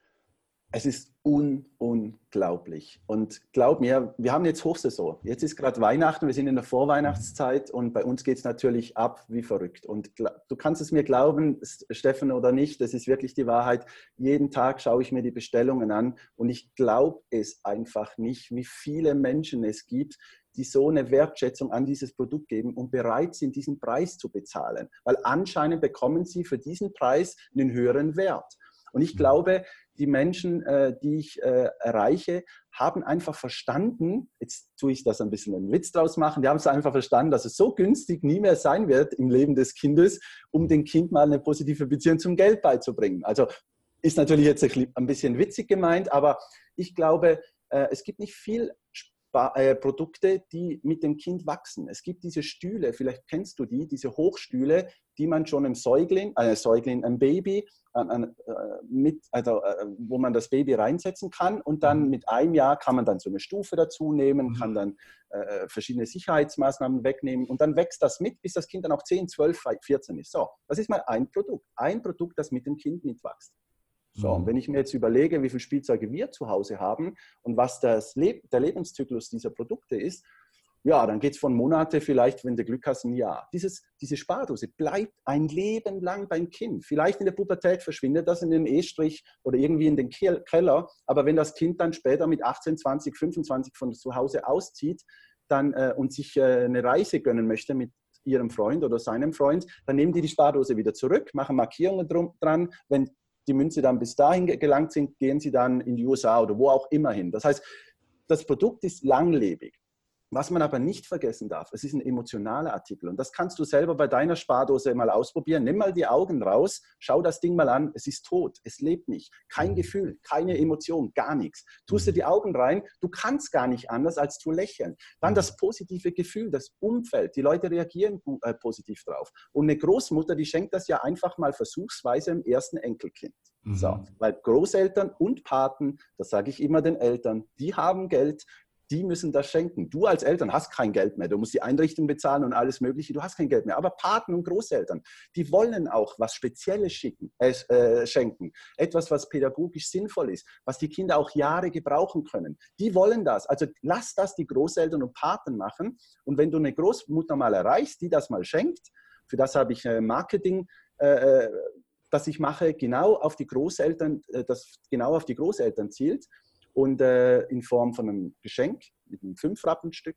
Es ist un unglaublich. Und glaub mir, wir haben jetzt Hochsaison. Jetzt ist gerade Weihnachten, wir sind in der Vorweihnachtszeit und bei uns geht es natürlich ab wie verrückt. Und du kannst es mir glauben, Steffen, oder nicht, das ist wirklich die Wahrheit. Jeden Tag schaue ich mir die Bestellungen an und ich glaube es einfach nicht, wie viele Menschen es gibt, die so eine Wertschätzung an dieses Produkt geben und bereit sind, diesen Preis zu bezahlen. Weil anscheinend bekommen sie für diesen Preis einen höheren Wert. Und ich glaube, die Menschen, äh, die ich äh, erreiche, haben einfach verstanden, jetzt tue ich das ein bisschen einen Witz draus machen, die haben es einfach verstanden, dass es so günstig nie mehr sein wird im Leben des Kindes, um dem Kind mal eine positive Beziehung zum Geld beizubringen. Also ist natürlich jetzt ein bisschen witzig gemeint, aber ich glaube, äh, es gibt nicht viel Äh, Produkte, die mit dem Kind wachsen. Es gibt diese Stühle, vielleicht kennst du die, diese Hochstühle, die man schon einem Säugling, äh, Säugling, einem Baby, äh, äh, mit, also, äh, wo man das Baby reinsetzen kann und dann mit einem Jahr kann man dann so eine Stufe dazu nehmen, kann dann äh, verschiedene Sicherheitsmaßnahmen wegnehmen und dann wächst das mit, bis das Kind dann auch zehn, zwölf, vierzehn ist. So, das ist mal ein Produkt. Ein Produkt, das mit dem Kind mitwächst. So, und wenn ich mir jetzt überlege, wie viel Spielzeuge wir zu Hause haben und was das Le- der Lebenszyklus dieser Produkte ist, ja, dann geht es von Monate vielleicht, wenn du Glück hast, ein Jahr. Dieses, diese Spardose bleibt ein Leben lang beim Kind. Vielleicht in der Pubertät verschwindet das in den Estrich oder irgendwie in den Keller, aber wenn das Kind dann später mit achtzehn, zwanzig, fünfundzwanzig von zu Hause auszieht dann, äh, und sich äh, eine Reise gönnen möchte mit ihrem Freund oder seinem Freund, dann nehmen die die Spardose wieder zurück, machen Markierungen drum, dran, wenn die Münze dann bis dahin gelangt sind, gehen sie dann in die U S A oder wo auch immer hin. Das heißt, das Produkt ist langlebig. Was man aber nicht vergessen darf, es ist ein emotionaler Artikel und das kannst du selber bei deiner Spardose mal ausprobieren. Nimm mal die Augen raus, schau das Ding mal an, es ist tot, es lebt nicht. Kein Gefühl, keine Emotion, gar nichts. Tust du die Augen rein, du kannst gar nicht anders als zu lächeln. Dann das positive Gefühl, das Umfeld, die Leute reagieren äh, positiv drauf. Und eine Großmutter, die schenkt das ja einfach mal versuchsweise im ersten Enkelkind. Mhm. So, weil Großeltern und Paten, das sage ich immer den Eltern, die haben Geld, die müssen das schenken. Du als Eltern hast kein Geld mehr. Du musst die Einrichtung bezahlen und alles Mögliche. Du hast kein Geld mehr. Aber Paten und Großeltern, die wollen auch was Spezielles schicken, äh, schenken. Etwas, was pädagogisch sinnvoll ist, was die Kinder auch Jahre gebrauchen können. Die wollen das. Also lass das die Großeltern und Paten machen. Und wenn du eine Großmutter mal erreichst, die das mal schenkt, für das habe ich Marketing, äh, das ich mache, genau auf die Großeltern, das genau auf die Großeltern zielt. Und äh, in Form von einem Geschenk mit einem Fünf-Rappen-Stück.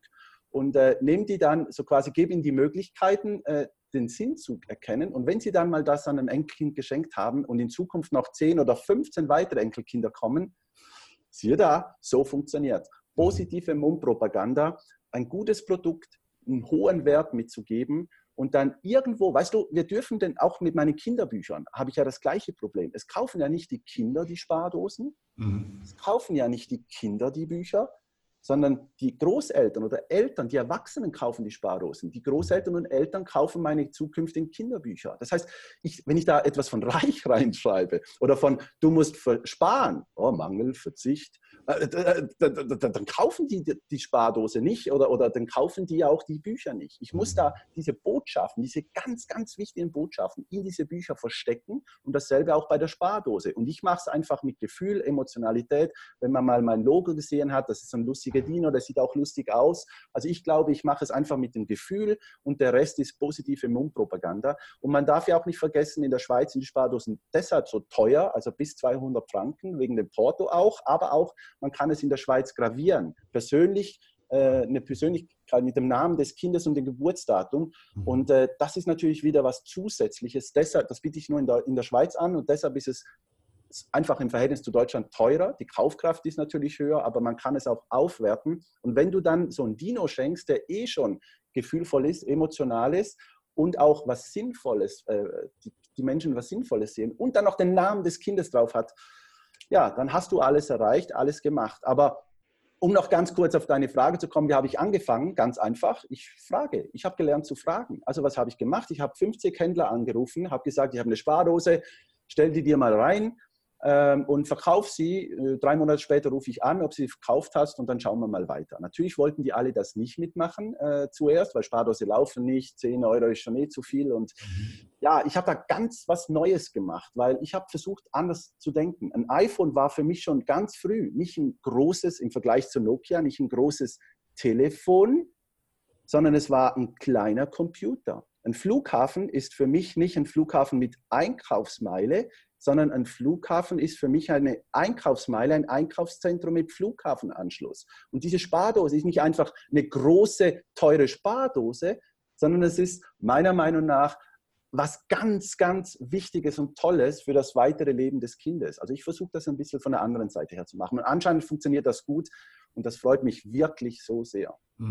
und äh, nehme die dann so quasi, gebe ihnen die Möglichkeiten, äh, den Sinn zu erkennen. Und wenn sie dann mal das an einem Enkelkind geschenkt haben und in Zukunft noch zehn oder fünfzehn weitere Enkelkinder kommen, siehe da, so funktioniert. Positive Mundpropaganda, ein gutes Produkt, einen hohen Wert mitzugeben und dann irgendwo, weißt du, wir dürfen denn auch mit meinen Kinderbüchern, habe ich ja das gleiche Problem. Es kaufen ja nicht die Kinder die Spardosen, mhm. es kaufen ja nicht die Kinder die Bücher, sondern die Großeltern oder Eltern, die Erwachsenen kaufen die Spardosen. Die Großeltern und Eltern kaufen meine zukünftigen Kinderbücher. Das heißt, ich, wenn ich da etwas von reich reinschreibe oder von du musst sparen, oh, Mangel, Verzicht, äh, dann kaufen die die Spardose nicht oder, oder dann kaufen die auch die Bücher nicht. Ich muss da diese Botschaften, diese ganz, ganz wichtigen Botschaften in diese Bücher verstecken und dasselbe auch bei der Spardose. Und ich mache es einfach mit Gefühl, Emotionalität. Wenn man mal mein Logo gesehen hat, das ist so ein lustiger Diener, der sieht auch lustig aus. Also ich glaube, ich mache es einfach mit dem Gefühl und der Rest ist positive Mundpropaganda. Und man darf ja auch nicht vergessen, in der Schweiz sind die Spardosen deshalb so teuer, also bis zweihundert Franken, wegen dem Porto auch, aber auch, man kann es in der Schweiz gravieren. Persönlich, äh, eine Persönlichkeit mit dem Namen des Kindes und dem Geburtsdatum. Und äh, das ist natürlich wieder was Zusätzliches. Deshalb, das biete ich nur in der, in der Schweiz an und deshalb ist es einfach im Verhältnis zu Deutschland teurer. Die Kaufkraft ist natürlich höher, aber man kann es auch aufwerten. Und wenn du dann so ein Dino schenkst, der eh schon gefühlvoll ist, emotional ist und auch was Sinnvolles, äh, die, die Menschen was Sinnvolles sehen und dann noch den Namen des Kindes drauf hat, ja, dann hast du alles erreicht, alles gemacht. Aber um noch ganz kurz auf deine Frage zu kommen, wie habe ich angefangen? Ganz einfach, ich frage. Ich habe gelernt zu fragen. Also was habe ich gemacht? Ich habe fünfzig Händler angerufen, habe gesagt, ich habe eine Spardose, stell die dir mal rein ähm, und verkauf sie. Äh, drei Monate später rufe ich an, ob sie verkauft hast und dann schauen wir mal weiter. Natürlich wollten die alle das nicht mitmachen äh, zuerst, weil Spardose laufen nicht, zehn Euro ist schon eh zu viel. Und ja, ich habe da ganz was Neues gemacht, weil ich habe versucht, anders zu denken. Ein iPhone war für mich schon ganz früh nicht ein großes, im Vergleich zu Nokia, nicht ein großes Telefon, sondern es war ein kleiner Computer. Ein Flughafen ist für mich nicht ein Flughafen mit Einkaufsmeile, sondern ein Flughafen ist für mich eine Einkaufsmeile, ein Einkaufszentrum mit Flughafenanschluss. Und diese Spardose ist nicht einfach eine große, teure Spardose, sondern es ist meiner Meinung nach was ganz, ganz Wichtiges und Tolles für das weitere Leben des Kindes. Also ich versuche das ein bisschen von der anderen Seite her zu machen. Und anscheinend funktioniert das gut und das freut mich wirklich so sehr.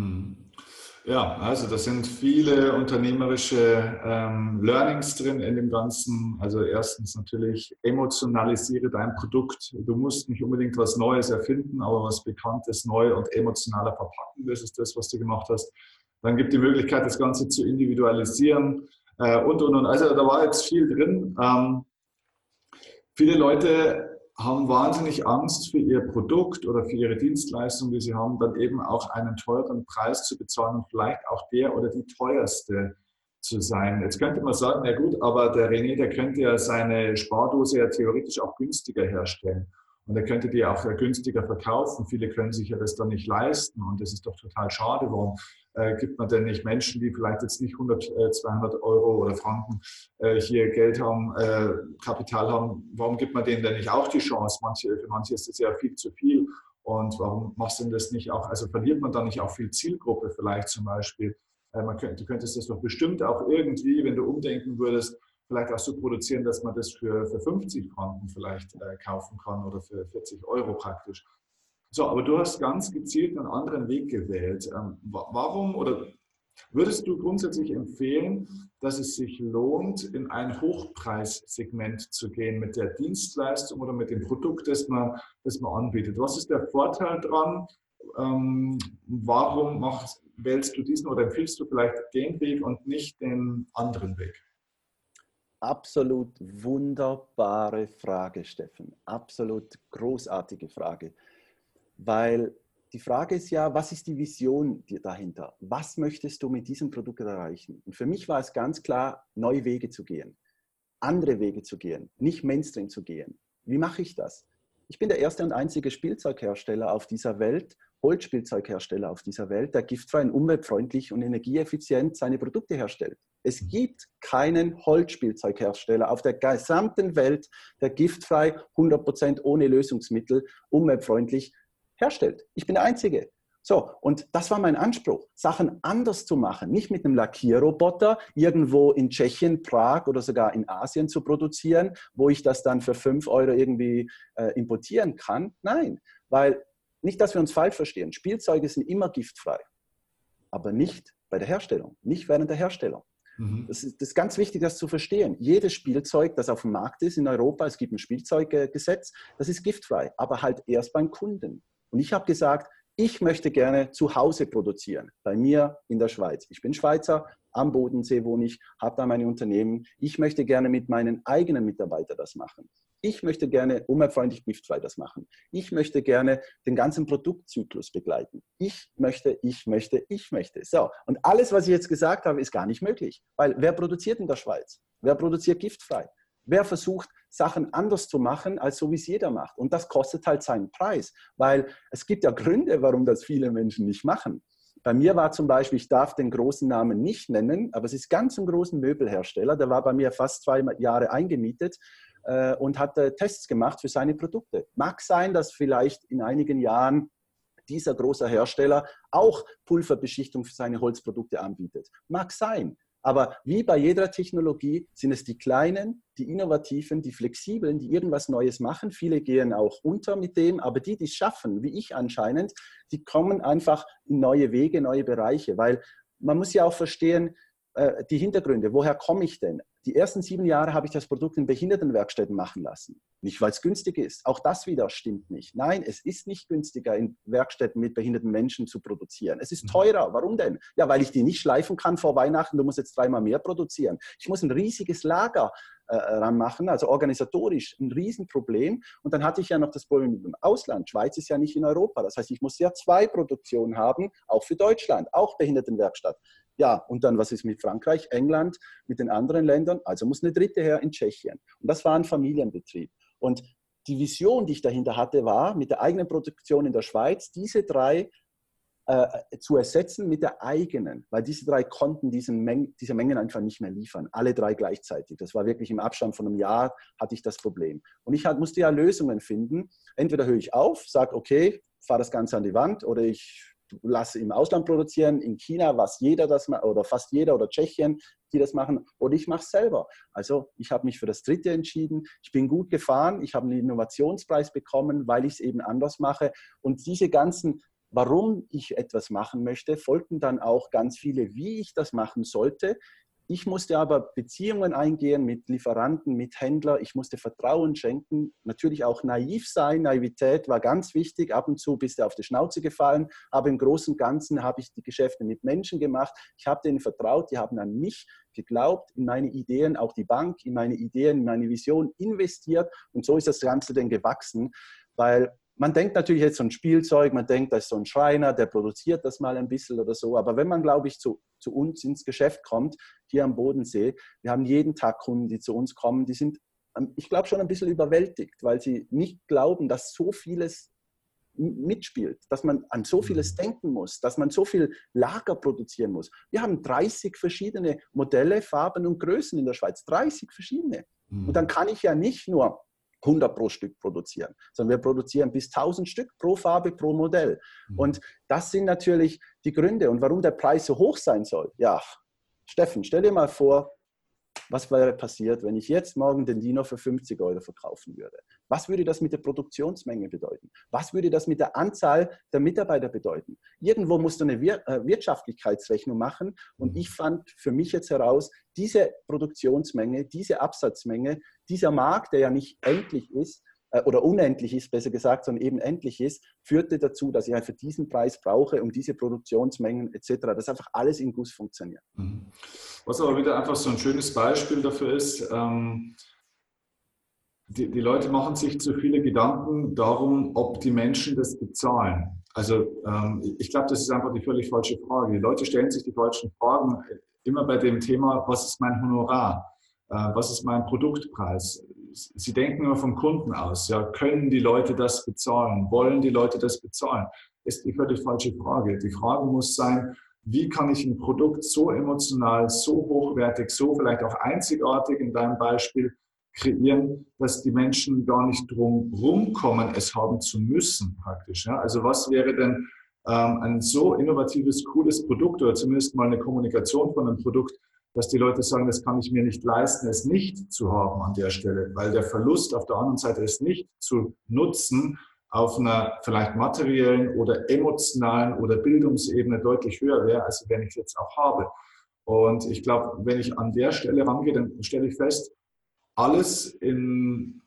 Ja, also das sind viele unternehmerische ähm, Learnings drin in dem Ganzen. Also erstens natürlich, emotionalisiere dein Produkt. Du musst nicht unbedingt was Neues erfinden, aber was Bekanntes neu und emotionaler verpacken. Das ist das, was du gemacht hast. Dann gibt die Möglichkeit, das Ganze zu individualisieren. Äh, und, und, und. Also da war jetzt viel drin. Ähm, viele Leute haben wahnsinnig Angst für ihr Produkt oder für ihre Dienstleistung, die sie haben, dann eben auch einen teuren Preis zu bezahlen und vielleicht auch der oder die teuerste zu sein. Jetzt könnte man sagen, na gut, aber der René, der könnte ja seine Spardose ja theoretisch auch günstiger herstellen. Und er könnte die auch günstiger verkaufen. Viele können sich ja das dann nicht leisten und das ist doch total schade. Warum äh, gibt man denn nicht Menschen, die vielleicht jetzt nicht hundert, zweihundert Euro oder Franken äh, hier Geld haben, äh, Kapital haben, warum gibt man denen denn nicht auch die Chance? Manche, für manche ist das ja viel zu viel. Und warum machst du denn das nicht auch, also verliert man dann nicht auch viel Zielgruppe vielleicht zum Beispiel? Äh, man könnte, du könntest das doch bestimmt auch irgendwie, wenn du umdenken würdest, vielleicht auch so produzieren, dass man das für, für fünfzig Franken vielleicht äh, kaufen kann oder für vierzig Euro praktisch. So, aber du hast ganz gezielt einen anderen Weg gewählt. Ähm, warum oder würdest du grundsätzlich empfehlen, dass es sich lohnt, in ein Hochpreissegment zu gehen mit der Dienstleistung oder mit dem Produkt, das man, das man anbietet? Was ist der Vorteil dran? Ähm, warum machst, wählst du diesen oder empfiehlst du vielleicht den Weg und nicht den anderen Weg? Absolut wunderbare Frage, Steffen. Absolut großartige Frage. Weil die Frage ist ja, was ist die Vision dahinter? Was möchtest du mit diesem Produkt erreichen? Und für mich war es ganz klar, neue Wege zu gehen, andere Wege zu gehen, nicht Mainstream zu gehen. Wie mache ich das? Ich bin der erste und einzige Spielzeughersteller auf dieser Welt, Holzspielzeughersteller auf dieser Welt, der giftfrei und umweltfreundlich und energieeffizient seine Produkte herstellt. Es gibt keinen Holzspielzeughersteller auf der gesamten Welt, der giftfrei, hundert Prozent ohne Lösungsmittel, umweltfreundlich herstellt. Ich bin der Einzige. So, und das war mein Anspruch, Sachen anders zu machen, nicht mit einem Lackierroboter irgendwo in Tschechien, Prag oder sogar in Asien zu produzieren, wo ich das dann für fünf Euro irgendwie äh, importieren kann. Nein, weil, nicht, dass wir uns falsch verstehen, Spielzeuge sind immer giftfrei, aber nicht bei der Herstellung, nicht während der Herstellung. Mhm. Das ist, das ist ganz wichtig, das zu verstehen. Jedes Spielzeug, das auf dem Markt ist in Europa, es gibt ein Spielzeuggesetz, das ist giftfrei, aber halt erst beim Kunden. Und ich habe gesagt, ich möchte gerne zu Hause produzieren, bei mir in der Schweiz. Ich bin Schweizer, am Bodensee wohne ich, habe da meine Unternehmen. Ich möchte gerne mit meinen eigenen Mitarbeitern das machen. Ich möchte gerne umweltfreundlich giftfrei das machen. Ich möchte gerne den ganzen Produktzyklus begleiten. Ich möchte, ich möchte, ich möchte. So, und alles, was ich jetzt gesagt habe, ist gar nicht möglich. Weil wer produziert in der Schweiz? Wer produziert giftfrei? Wer versucht, Sachen anders zu machen, als so, wie es jeder macht? Und das kostet halt seinen Preis, weil es gibt ja Gründe, warum das viele Menschen nicht machen. Bei mir war zum Beispiel, ich darf den großen Namen nicht nennen, aber es ist ganz ein großer Möbelhersteller, der war bei mir fast zwei Jahre eingemietet äh, und hat äh, Tests gemacht für seine Produkte. Mag sein, dass vielleicht in einigen Jahren dieser große Hersteller auch Pulverbeschichtung für seine Holzprodukte anbietet. Mag sein. Aber wie bei jeder Technologie sind es die Kleinen, die Innovativen, die Flexiblen, die irgendwas Neues machen. Viele gehen auch unter mit dem, aber die, die es schaffen, wie ich anscheinend, die kommen einfach in neue Wege, neue Bereiche. Weil man muss ja auch verstehen, äh, die Hintergründe, woher komme ich denn? Die ersten sieben Jahre habe ich das Produkt in Behindertenwerkstätten machen lassen. Nicht, weil es günstig ist. Auch das wieder stimmt nicht. Nein, es ist nicht günstiger, in Werkstätten mit behinderten Menschen zu produzieren. Es ist teurer. Warum denn? Ja, weil ich die nicht schleifen kann vor Weihnachten. Du musst jetzt dreimal mehr produzieren. Ich muss ein riesiges Lager äh, ranmachen, also organisatorisch ein Riesenproblem. Und dann hatte ich ja noch das Problem mit dem Ausland. Schweiz ist ja nicht in Europa. Das heißt, ich muss ja zwei Produktionen haben, auch für Deutschland, auch Behindertenwerkstatt. Ja, und dann, was ist mit Frankreich, England, mit den anderen Ländern? Also muss eine dritte her in Tschechien. Und das war ein Familienbetrieb. Und die Vision, die ich dahinter hatte, war, mit der eigenen Produktion in der Schweiz diese drei äh, zu ersetzen mit der eigenen. Weil diese drei konnten diesen Meng diese Mengen einfach nicht mehr liefern. Alle drei gleichzeitig. Das war wirklich im Abstand von einem Jahr, hatte ich das Problem. Und ich halt, musste ja Lösungen finden. Entweder höre ich auf, sage, okay, fahre das Ganze an die Wand, oder ich lasse im Ausland produzieren, in China, was jeder das oder fast jeder oder Tschechien, die das machen, oder ich mache es selber. Also ich habe mich für das Dritte entschieden. Ich bin gut gefahren, ich habe einen Innovationspreis bekommen, weil ich es eben anders mache. Und diese ganzen, warum ich etwas machen möchte, folgten dann auch ganz viele, wie ich das machen sollte. Ich musste aber Beziehungen eingehen mit Lieferanten, mit Händlern. Ich musste Vertrauen schenken, natürlich auch naiv sein. Naivität war ganz wichtig. Ab und zu bist du auf die Schnauze gefallen. Aber im Großen und Ganzen habe ich die Geschäfte mit Menschen gemacht. Ich habe denen vertraut, die haben an mich geglaubt, in meine Ideen, auch die Bank, in meine Ideen, in meine Vision investiert. Und so ist das Ganze dann gewachsen, weil man denkt natürlich jetzt so ein Spielzeug, man denkt, da ist so ein Schreiner, der produziert das mal ein bisschen oder so. Aber wenn man, glaube ich, zu, zu uns ins Geschäft kommt, hier am Bodensee, wir haben jeden Tag Kunden, die zu uns kommen, die sind, ich glaube, schon ein bisschen überwältigt, weil sie nicht glauben, dass so vieles mitspielt, dass man an so vieles denken muss, dass man so viel Lager produzieren muss. Wir haben dreißig verschiedene Modelle, Farben und Größen in der Schweiz, dreißig verschiedene. Und dann kann ich ja nicht nur hundert pro Stück produzieren, sondern wir produzieren bis tausend Stück pro Farbe, pro Modell. Mhm. Und das sind natürlich die Gründe. Und warum der Preis so hoch sein soll, ja, Steffen, stell dir mal vor, was wäre passiert, wenn ich jetzt morgen den Dino für fünfzig Euro verkaufen würde? Was würde das mit der Produktionsmenge bedeuten? Was würde das mit der Anzahl der Mitarbeiter bedeuten? Irgendwo musst du eine Wir äh, Wirtschaftlichkeitsrechnung machen. Und ich fand für mich jetzt heraus, diese Produktionsmenge, diese Absatzmenge, dieser Markt, der ja nicht endlich ist, äh, oder unendlich ist, besser gesagt, sondern eben endlich ist, führte dazu, dass ich einfach diesen Preis brauche, um diese Produktionsmengen et cetera, dass einfach alles in Guss funktioniert. Was aber wieder einfach so ein schönes Beispiel dafür ist, ähm, die, die Leute machen sich zu viele Gedanken darum, ob die Menschen das bezahlen. Also ähm, ich glaube, das ist einfach die völlig falsche Frage. Die Leute stellen sich die falschen Fragen immer bei dem Thema, was ist mein Honorar? Äh, was ist mein Produktpreis? Sie denken immer vom Kunden aus. Ja, können die Leute das bezahlen? Wollen die Leute das bezahlen? Ist die völlig falsche Frage. Die Frage muss sein, wie kann ich ein Produkt so emotional, so hochwertig, so vielleicht auch einzigartig in deinem Beispiel kreieren, dass die Menschen gar nicht drum rumkommen, es haben zu müssen praktisch. Ja? Also was wäre denn ähm, ein so innovatives, cooles Produkt oder zumindest mal eine Kommunikation von einem Produkt, dass die Leute sagen, das kann ich mir nicht leisten, es nicht zu haben an der Stelle, weil der Verlust auf der anderen Seite, es nicht zu nutzen, auf einer vielleicht materiellen oder emotionalen oder Bildungsebene deutlich höher wäre, als wenn ich es jetzt auch habe. Und ich glaube, wenn ich an der Stelle rangehe, dann stelle ich fest, alles in,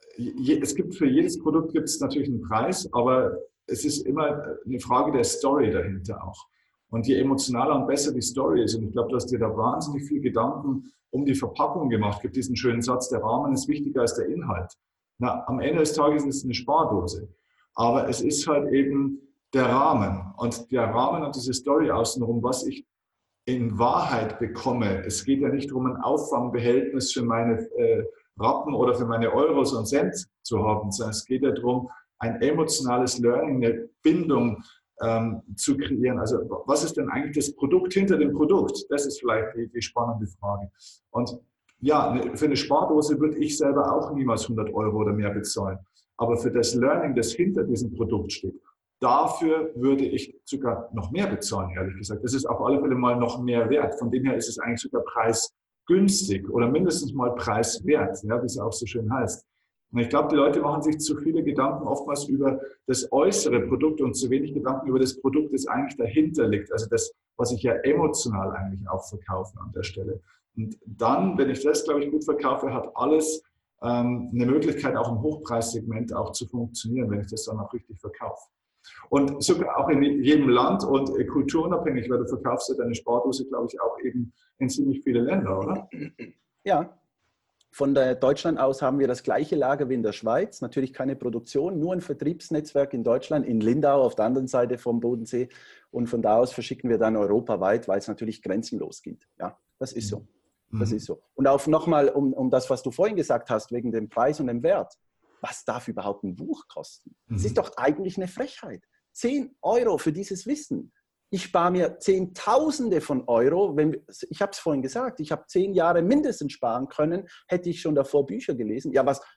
je, es gibt für jedes Produkt gibt es natürlich einen Preis, aber es ist immer eine Frage der Story dahinter auch. Und je emotionaler und besser die Story ist, und ich glaube, du hast dir da wahnsinnig viel Gedanken um die Verpackung gemacht. Es gibt diesen schönen Satz, der Rahmen ist wichtiger als der Inhalt. Na, am Ende des Tages ist es eine Spardose. Aber es ist halt eben der Rahmen. Und der Rahmen und diese Story außenrum, was ich in Wahrheit bekomme. Es geht ja nicht darum, ein Auffangbehältnis für meine äh, Rappen oder für meine Euros und Cent zu haben, sondern es geht ja darum, ein emotionales Learning, eine Bindung ähm, zu kreieren. Also was ist denn eigentlich das Produkt hinter dem Produkt? Das ist vielleicht die, die spannende Frage. Und ja, für eine Spardose würde ich selber auch niemals hundert Euro oder mehr bezahlen. Aber für das Learning, das hinter diesem Produkt steht, dafür würde ich sogar noch mehr bezahlen, ehrlich gesagt. Das ist auf alle Fälle mal noch mehr wert. Von dem her ist es eigentlich sogar preisgünstig oder mindestens mal preiswert, ja, wie es auch so schön heißt. Und ich glaube, die Leute machen sich zu viele Gedanken oftmals über das äußere Produkt und zu wenig Gedanken über das Produkt, das eigentlich dahinter liegt. Also das, was ich ja emotional eigentlich auch verkaufe an der Stelle. Und dann, wenn ich das, glaube ich, gut verkaufe, hat alles ähm, eine Möglichkeit, auch im Hochpreissegment auch zu funktionieren, wenn ich das dann auch richtig verkaufe. Und sogar auch in jedem Land und kulturunabhängig, weil du verkaufst ja deine Spardose, glaube ich, auch eben in ziemlich viele Länder, oder? Ja, von der Deutschland aus haben wir das gleiche Lager wie in der Schweiz. Natürlich keine Produktion, nur ein Vertriebsnetzwerk in Deutschland, in Lindau auf der anderen Seite vom Bodensee. Und von da aus verschicken wir dann europaweit, weil es natürlich grenzenlos geht. Ja, das ist so. Das ist so. Und auch nochmal um, um das, was du vorhin gesagt hast, wegen dem Preis und dem Wert. Was darf überhaupt ein Buch kosten? Es mhm. ist doch eigentlich eine Frechheit. zehn Euro für dieses Wissen. Ich spare mir Zehntausende von Euro. Wenn, ich habe es vorhin gesagt, ich habe zehn Jahre mindestens sparen können, hätte ich schon davor Bücher gelesen. Ja, was?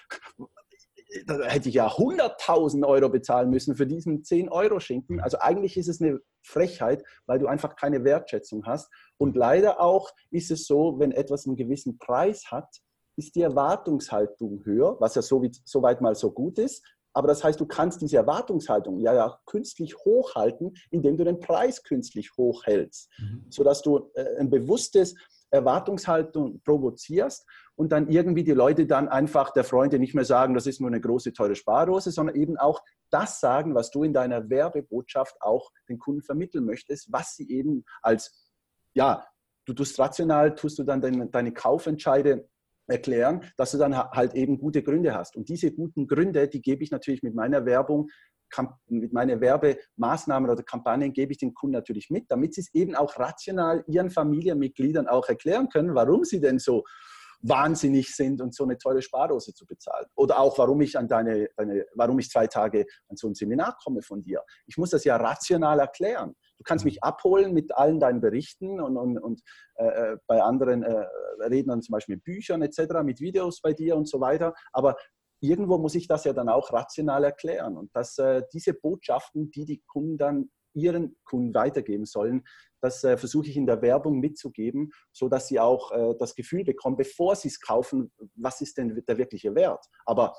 Da hätte ich ja hunderttausend Euro bezahlen müssen für diesen zehn Euro Schinken. Also eigentlich ist es eine Frechheit, weil du einfach keine Wertschätzung hast. Und leider auch ist es so, wenn etwas einen gewissen Preis hat, ist die Erwartungshaltung höher, was ja so wie, soweit mal so gut ist. Aber das heißt, du kannst diese Erwartungshaltung ja, ja künstlich hochhalten, indem du den Preis künstlich hochhältst, mhm. sodass du äh, ein bewusstes Erwartungshaltung provozierst und dann irgendwie die Leute dann einfach der Freunde nicht mehr sagen, das ist nur eine große, teure Spardose, sondern eben auch das sagen, was du in deiner Werbebotschaft auch den Kunden vermitteln möchtest, was sie eben als, ja, du tust rational, tust du dann deine, deine Kaufentscheide erklären, dass du dann halt eben gute Gründe hast. Und diese guten Gründe, die gebe ich natürlich mit meiner Werbung, mit meinen Werbemaßnahmen oder Kampagnen gebe ich den Kunden natürlich mit, damit sie es eben auch rational ihren Familienmitgliedern auch erklären können, warum sie denn so wahnsinnig sind und so eine teure Spardose zu bezahlen. Oder auch, warum ich an deine, deine, warum ich zwei Tage an so ein Seminar komme von dir. Ich muss das ja rational erklären. Du kannst mich abholen mit allen deinen Berichten und, und, und äh, bei anderen äh, Rednern zum Beispiel mit Büchern et cetera, mit Videos bei dir und so weiter. Aber irgendwo muss ich das ja dann auch rational erklären. Und dass äh, diese Botschaften, die die Kunden dann ihren Kunden weitergeben sollen, das äh, versuche ich in der Werbung mitzugeben, sodass sie auch äh, das Gefühl bekommen, bevor sie es kaufen, was ist denn der wirkliche Wert. Aber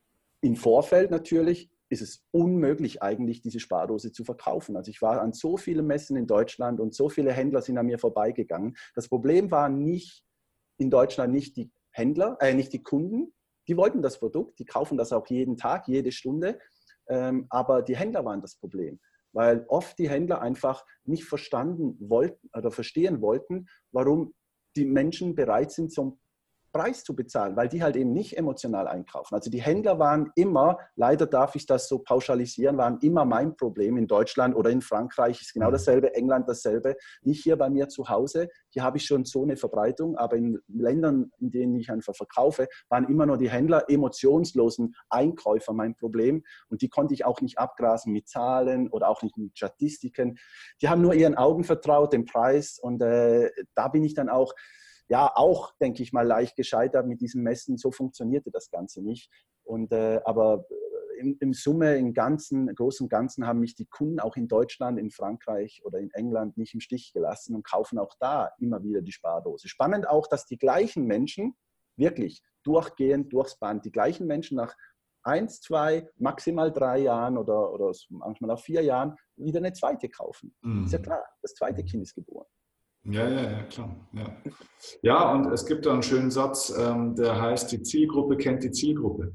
im Vorfeld natürlich ist es unmöglich eigentlich, diese Spardose zu verkaufen. Also ich war an so vielen Messen in Deutschland und so viele Händler sind an mir vorbeigegangen. Das Problem war nicht in Deutschland nicht die Händler, äh, nicht die Kunden, die wollten das Produkt, die kaufen das auch jeden Tag, jede Stunde, ähm, aber die Händler waren das Problem. Weil oft die Händler einfach nicht verstanden wollten oder verstehen wollten, warum die Menschen bereit sind, zum Preis zu bezahlen, weil die halt eben nicht emotional einkaufen. Also die Händler waren immer, leider darf ich das so pauschalisieren, waren immer mein Problem in Deutschland oder in Frankreich, ist genau dasselbe, England dasselbe, nicht hier bei mir zu Hause. Hier habe ich schon so eine Verbreitung, aber in Ländern, in denen ich einfach verkaufe, waren immer nur die Händler, emotionslosen Einkäufer mein Problem und die konnte ich auch nicht abgrasen mit Zahlen oder auch nicht mit Statistiken. Die haben nur ihren Augen vertraut, dem Preis und äh, da bin ich dann auch ja, auch, denke ich mal, leicht gescheitert mit diesen Messen. So funktionierte das Ganze nicht. Und, äh, aber im, im Summe, im Ganzen, Großen und Ganzen haben mich die Kunden auch in Deutschland, in Frankreich oder in England nicht im Stich gelassen und kaufen auch da immer wieder die Spardose. Spannend auch, dass die gleichen Menschen, wirklich durchgehend durchs Band, die gleichen Menschen nach eins, zwei, maximal drei Jahren oder, oder manchmal auch vier Jahren wieder eine zweite kaufen. Mhm. Ist ja klar, das zweite Kind ist geboren. Ja, ja, ja, klar. Ja, ja, und es gibt da einen schönen Satz, ähm, der heißt, die Zielgruppe kennt die Zielgruppe.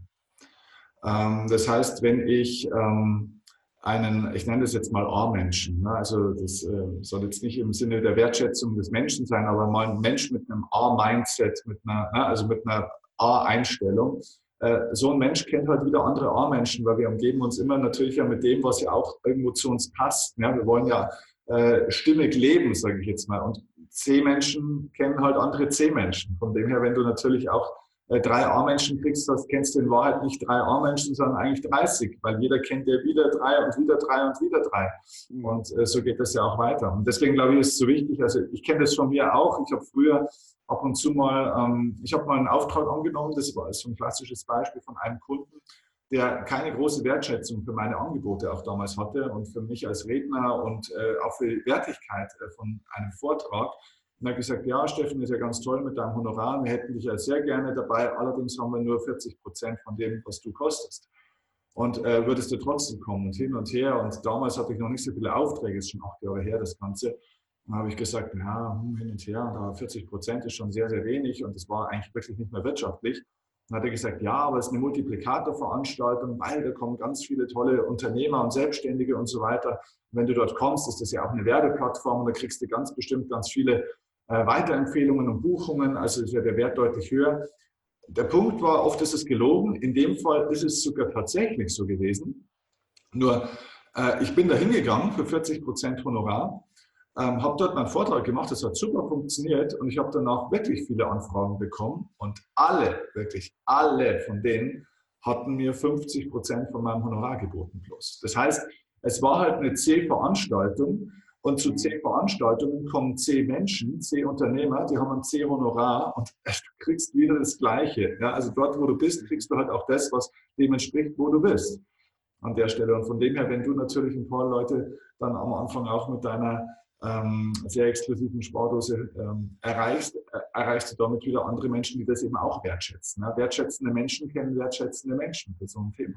Ähm, das heißt, wenn ich ähm, einen, ich nenne das jetzt mal A-Menschen, ne? Also das äh, soll jetzt nicht im Sinne der Wertschätzung des Menschen sein, aber mal ein Mensch mit einem A-Mindset, mit einer, ne? Also mit einer A-Einstellung. Äh, so ein Mensch kennt halt wieder andere A-Menschen, weil wir umgeben uns immer natürlich ja mit dem, was ja auch irgendwo zu uns passt. Ja? Wir wollen ja äh, stimmig leben, sage ich jetzt mal. Und C-Menschen kennen halt andere C-Menschen. Von dem her, wenn du natürlich auch äh, drei A-Menschen kriegst, das kennst du in Wahrheit nicht drei A-Menschen, sondern eigentlich dreißig, weil jeder kennt ja wieder drei und wieder drei und wieder drei. Und äh, so geht das ja auch weiter. Und deswegen glaube ich, ist es so wichtig, also ich kenne das von mir auch. Ich habe früher ab und zu mal, ähm, ich habe mal einen Auftrag angenommen, das war so ein klassisches Beispiel von einem Kunden, der keine große Wertschätzung für meine Angebote auch damals hatte und für mich als Redner und äh, auch für die Wertigkeit äh, von einem Vortrag. Und er hat gesagt, ja, Steffen, ist ja ganz toll mit deinem Honorar, wir hätten dich ja sehr gerne dabei, allerdings haben wir nur vierzig Prozent von dem, was du kostest. Und äh, würdest du trotzdem kommen und hin und her. Und damals hatte ich noch nicht so viele Aufträge, ist schon acht Jahre her das Ganze. Dann habe ich gesagt, ja, hin und her, aber vierzig Prozent ist schon sehr, sehr wenig und es war eigentlich wirklich nicht mehr wirtschaftlich. Dann hat er gesagt, ja, aber es ist eine Multiplikatorveranstaltung, weil da kommen ganz viele tolle Unternehmer und Selbstständige und so weiter. Und wenn du dort kommst, ist das ja auch eine Werbeplattform und da kriegst du ganz bestimmt ganz viele äh, Weiterempfehlungen und Buchungen, also ist ja der Wert deutlich höher. Der Punkt war, oft ist es gelogen, in dem Fall ist es sogar tatsächlich so gewesen. Nur, äh, ich bin da hingegangen für vierzig Prozent Honorar, Ähm, habe dort meinen Vortrag gemacht, das hat super funktioniert und ich habe danach wirklich viele Anfragen bekommen und alle, wirklich alle von denen hatten mir fünfzig Prozent von meinem Honorar geboten plus. Das heißt, es war halt eine C-Veranstaltung und zu C-Veranstaltungen kommen C-Menschen, C-Unternehmer, die haben ein C-Honorar und du kriegst wieder das Gleiche. Ja, also dort, wo du bist, kriegst du halt auch das, was dem entspricht, wo du bist an der Stelle. Und von dem her, wenn du natürlich ein paar Leute dann am Anfang auch mit deiner ähm, sehr exklusiven Spardose ähm, erreichst, äh, erreichst du damit wieder andere Menschen, die das eben auch wertschätzen. Ja? Wertschätzende Menschen kennen wertschätzende Menschen für so ein Thema.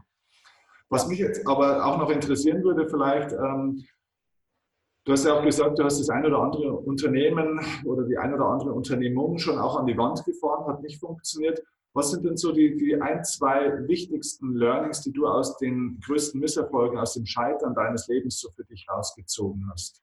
Was mich jetzt aber auch noch interessieren würde, vielleicht, ähm, du hast ja auch gesagt, du hast das ein oder andere Unternehmen oder die ein oder andere Unternehmung schon auch an die Wand gefahren, hat nicht funktioniert. Was sind denn so die, die ein, zwei wichtigsten Learnings, die du aus den größten Misserfolgen, aus dem Scheitern deines Lebens so für dich rausgezogen hast?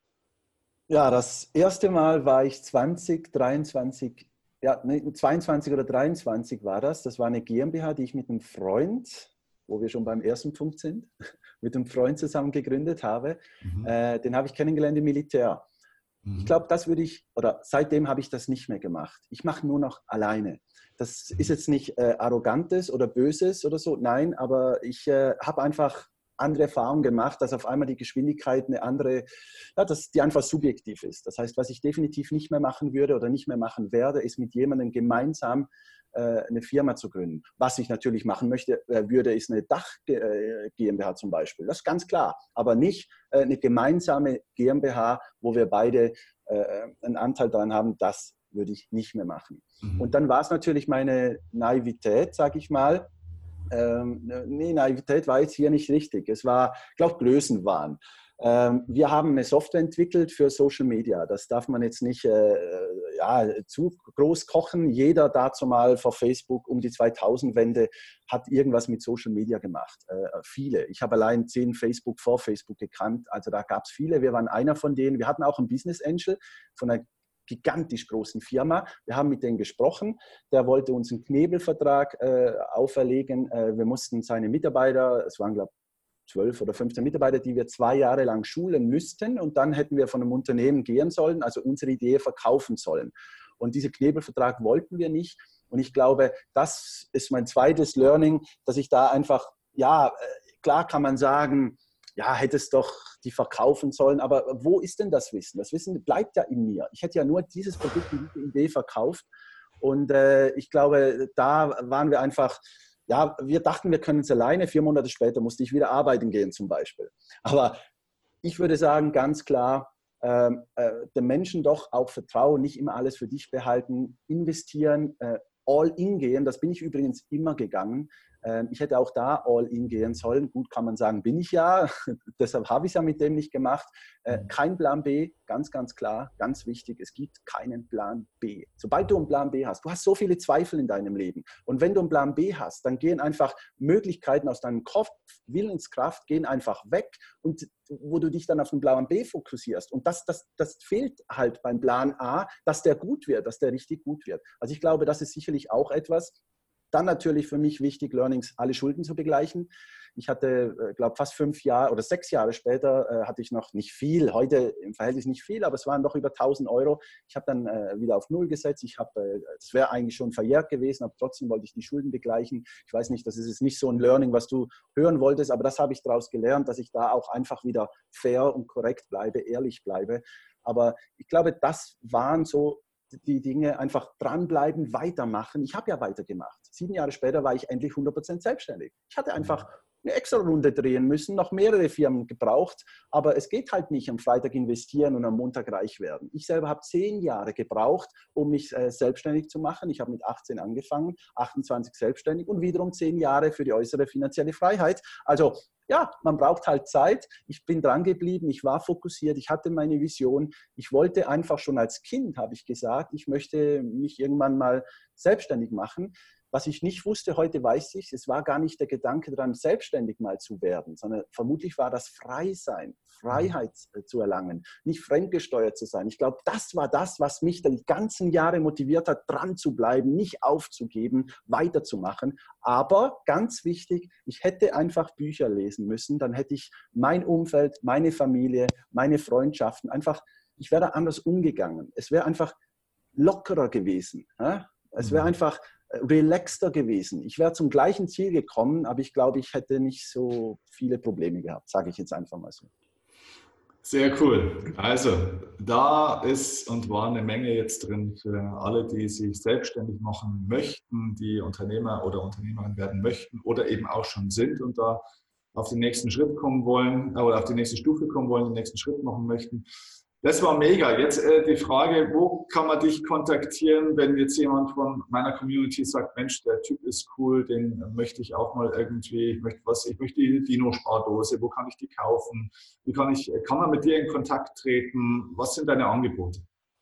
Ja, das erste Mal war ich zwanzig, dreiundzwanzig, ja, zweiundzwanzig oder dreiundzwanzig war das. Das war eine GmbH, die ich mit einem Freund, wo wir schon beim ersten Punkt sind, mit einem Freund zusammen gegründet habe. Mhm. Äh, den habe ich kennengelernt im Militär. Mhm. Ich glaube, das würde ich, oder seitdem habe ich das nicht mehr gemacht. Ich mache nur noch alleine. Das ist jetzt nicht äh, Arrogantes oder Böses oder so, nein, aber ich äh, habe einfach andere Erfahrungen gemacht, dass auf einmal die Geschwindigkeit eine andere, ja, dass die einfach subjektiv ist. Das heißt, was ich definitiv nicht mehr machen würde oder nicht mehr machen werde, ist mit jemandem gemeinsam äh, eine Firma zu gründen. Was ich natürlich machen möchte, äh, würde, ist eine Dach-GmbH zum Beispiel. Das ist ganz klar. Aber nicht äh, eine gemeinsame GmbH, wo wir beide äh, einen Anteil daran haben, das würde ich nicht mehr machen. Mhm. Und dann war es natürlich meine Naivität, sage ich mal. Ähm, nee, Naivität war jetzt hier nicht richtig. Es war, ich glaube, Größenwahn. Ähm, wir haben eine Software entwickelt für Social Media. Das darf man jetzt nicht äh, ja, zu groß kochen. Jeder dazu mal vor Facebook um die zweitausend-Wende hat irgendwas mit Social Media gemacht. Äh, viele. Ich habe allein zehn Facebook vor Facebook gekannt. Also da gab es viele. Wir waren einer von denen. Wir hatten auch einen Business Angel von einer gigantisch großen Firma. Wir haben mit denen gesprochen. Der wollte uns einen Knebelvertrag äh, auferlegen. Äh, wir mussten seine Mitarbeiter, es waren glaube ich zwölf oder fünfzehn Mitarbeiter, die wir zwei Jahre lang schulen müssten und dann hätten wir von einem Unternehmen gehen sollen, also unsere Idee verkaufen sollen. Und diesen Knebelvertrag wollten wir nicht. Und ich glaube, das ist mein zweites Learning, dass ich da einfach, ja, klar kann man sagen, ja, hättest doch die verkaufen sollen, aber wo ist denn das Wissen? Das Wissen bleibt ja in mir. Ich hätte ja nur dieses Produkt und diese Idee verkauft und äh, ich glaube, da waren wir einfach Ja, wir dachten, wir können es alleine. Vier Monate später musste ich wieder arbeiten gehen zum Beispiel. Aber ich würde sagen, ganz klar, äh, äh, dem Menschen doch auch vertrauen, nicht immer alles für dich behalten, investieren, äh, all in gehen. Das bin ich übrigens immer gegangen. Äh, ich hätte auch da all in gehen sollen. Gut, kann man sagen, bin ich ja. Deshalb habe ich es ja mit dem nicht gemacht. Äh, kein Plan B, ganz, ganz klar, ganz wichtig. Es gibt keinen Plan B. Sobald du einen Plan B hast, du hast so viele Zweifel in deinem Leben. Und wenn du einen Plan B hast, dann gehen einfach Möglichkeiten aus deinem Kopf, Willenskraft, gehen einfach weg. Und wo du dich dann auf den Plan B fokussierst. Und das, das, das fehlt halt beim Plan A, dass der gut wird, dass der richtig gut wird. Also ich glaube, das ist sicherlich auch etwas. Dann natürlich für mich wichtig, Learnings, alle Schulden zu begleichen. Ich hatte, glaube fast fünf Jahre oder sechs Jahre später äh, hatte ich noch nicht viel, heute im Verhältnis nicht viel, aber es waren doch über tausend Euro. Ich habe dann äh, wieder auf Null gesetzt. Ich habe, äh, es wäre eigentlich schon verjährt gewesen, aber trotzdem wollte ich die Schulden begleichen. Ich weiß nicht, das ist jetzt nicht so ein Learning, was du hören wolltest, aber das habe ich daraus gelernt, dass ich da auch einfach wieder fair und korrekt bleibe, ehrlich bleibe. Aber ich glaube, das waren so die Dinge, einfach dranbleiben, weitermachen. Ich habe ja weitergemacht. Sieben Jahre später war ich endlich hundert Prozent selbstständig. Ich hatte einfach eine extra Runde drehen müssen, noch mehrere Firmen gebraucht, aber es geht halt nicht am Freitag investieren und am Montag reich werden. Ich selber habe zehn Jahre gebraucht, um mich äh, selbstständig zu machen. Ich habe mit achtzehn angefangen, achtundzwanzig selbstständig und wiederum zehn Jahre für die äußere finanzielle Freiheit. Also ja, man braucht halt Zeit. Ich bin dran geblieben, ich war fokussiert, ich hatte meine Vision. Ich wollte einfach schon als Kind, habe ich gesagt, ich möchte mich irgendwann mal selbstständig machen. Was ich nicht wusste, heute weiß ich, es war gar nicht der Gedanke daran, selbstständig mal zu werden, sondern vermutlich war das Freisein, Freiheit zu erlangen, nicht fremdgesteuert zu sein. Ich glaube, das war das, was mich dann die ganzen Jahre motiviert hat, dran zu bleiben, nicht aufzugeben, weiterzumachen. Aber ganz wichtig, ich hätte einfach Bücher lesen müssen, dann hätte ich mein Umfeld, meine Familie, meine Freundschaften einfach, ich wäre anders umgegangen. Es wäre einfach lockerer gewesen. Ja? Es wäre einfach relaxter gewesen. Ich wäre zum gleichen Ziel gekommen, aber ich glaube, ich hätte nicht so viele Probleme gehabt, sage ich jetzt einfach mal so. Sehr cool. Also da ist und war eine Menge jetzt drin für alle, die sich selbstständig machen möchten, die Unternehmer oder Unternehmerin werden möchten oder eben auch schon sind und da auf den nächsten Schritt kommen wollen oder auf die nächste Stufe kommen wollen, den nächsten Schritt machen möchten. Das war mega. Jetzt äh, die Frage, wo kann man dich kontaktieren, wenn jetzt jemand von meiner Community sagt, Mensch, der Typ ist cool, den möchte ich auch mal irgendwie, ich möchte was, ich möchte die Dino-Spardose, wo kann ich die kaufen? Wie kann ich, kann man mit dir in Kontakt treten? Was sind deine Angebote?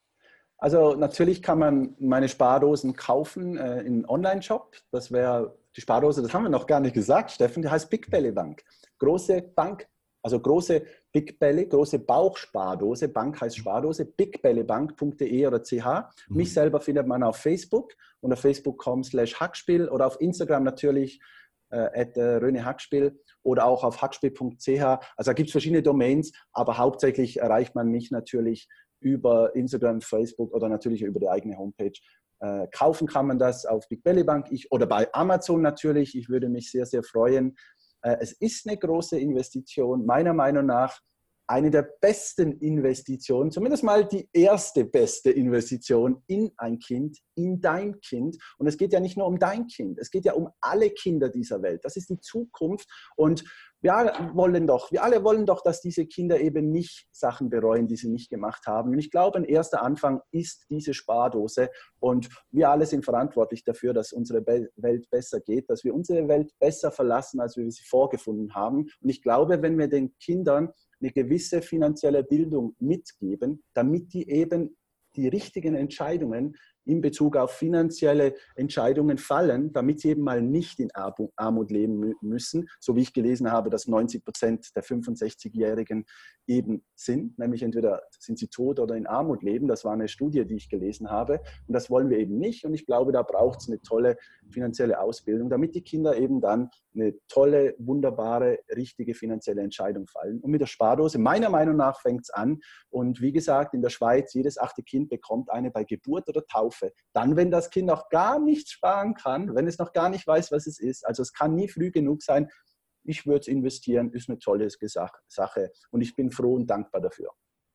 Also natürlich kann man meine Spardosen kaufen äh, in einem Online-Shop. Das wäre die Spardose, das haben wir noch gar nicht gesagt, Steffen, die heißt Big Belly Bank. Große Bank, also große Big Belly, große Bauchspardose, Bank heißt Spardose, bigbellybank punkt de oder ch. Mhm. Mich selber findet man auf Facebook unter facebook punkt com slash hackspiel oder auf Instagram natürlich äh, at Röne Hackspiel oder auch auf hackspiel punkt ch. Also da gibt es verschiedene Domains, aber hauptsächlich erreicht man mich natürlich über Instagram, Facebook oder natürlich über die eigene Homepage. Äh, kaufen kann man das auf Big Belly Bank ich, oder bei Amazon natürlich. Ich würde mich sehr, sehr freuen. Äh, es ist eine große Investition, meiner Meinung nach eine der besten Investitionen, zumindest mal die erste beste Investition in ein Kind, in dein Kind. Und es geht ja nicht nur um dein Kind, es geht ja um alle Kinder dieser Welt. Das ist die Zukunft und wir alle wollen doch, wir alle wollen doch, dass diese Kinder eben nicht Sachen bereuen, die sie nicht gemacht haben. Und ich glaube, ein erster Anfang ist diese Spardose und wir alle sind verantwortlich dafür, dass unsere Welt besser geht, dass wir unsere Welt besser verlassen, als wir sie vorgefunden haben. Und ich glaube, wenn wir den Kindern eine gewisse finanzielle Bildung mitgeben, damit die eben die richtigen Entscheidungen in Bezug auf finanzielle Entscheidungen fallen, damit sie eben mal nicht in Armut leben müssen, so wie ich gelesen habe, dass neunzig Prozent der fünfundsechzigjährigen eben sind, nämlich entweder sind sie tot oder in Armut leben. Das war eine Studie, die ich gelesen habe und das wollen wir eben nicht und ich glaube, da braucht es eine tolle finanzielle Ausbildung, damit die Kinder eben dann eine tolle, wunderbare, richtige finanzielle Entscheidung fallen. Und mit der Spardose, meiner Meinung nach, fängt es an und wie gesagt, in der Schweiz, jedes achte Kind bekommt eine bei Geburt oder Taufe. Dann, wenn das Kind noch gar nichts sparen kann, wenn es noch gar nicht weiß, was es ist, also es kann nie früh genug sein, ich würde es investieren, ist eine tolle Sache und ich bin froh und dankbar dafür.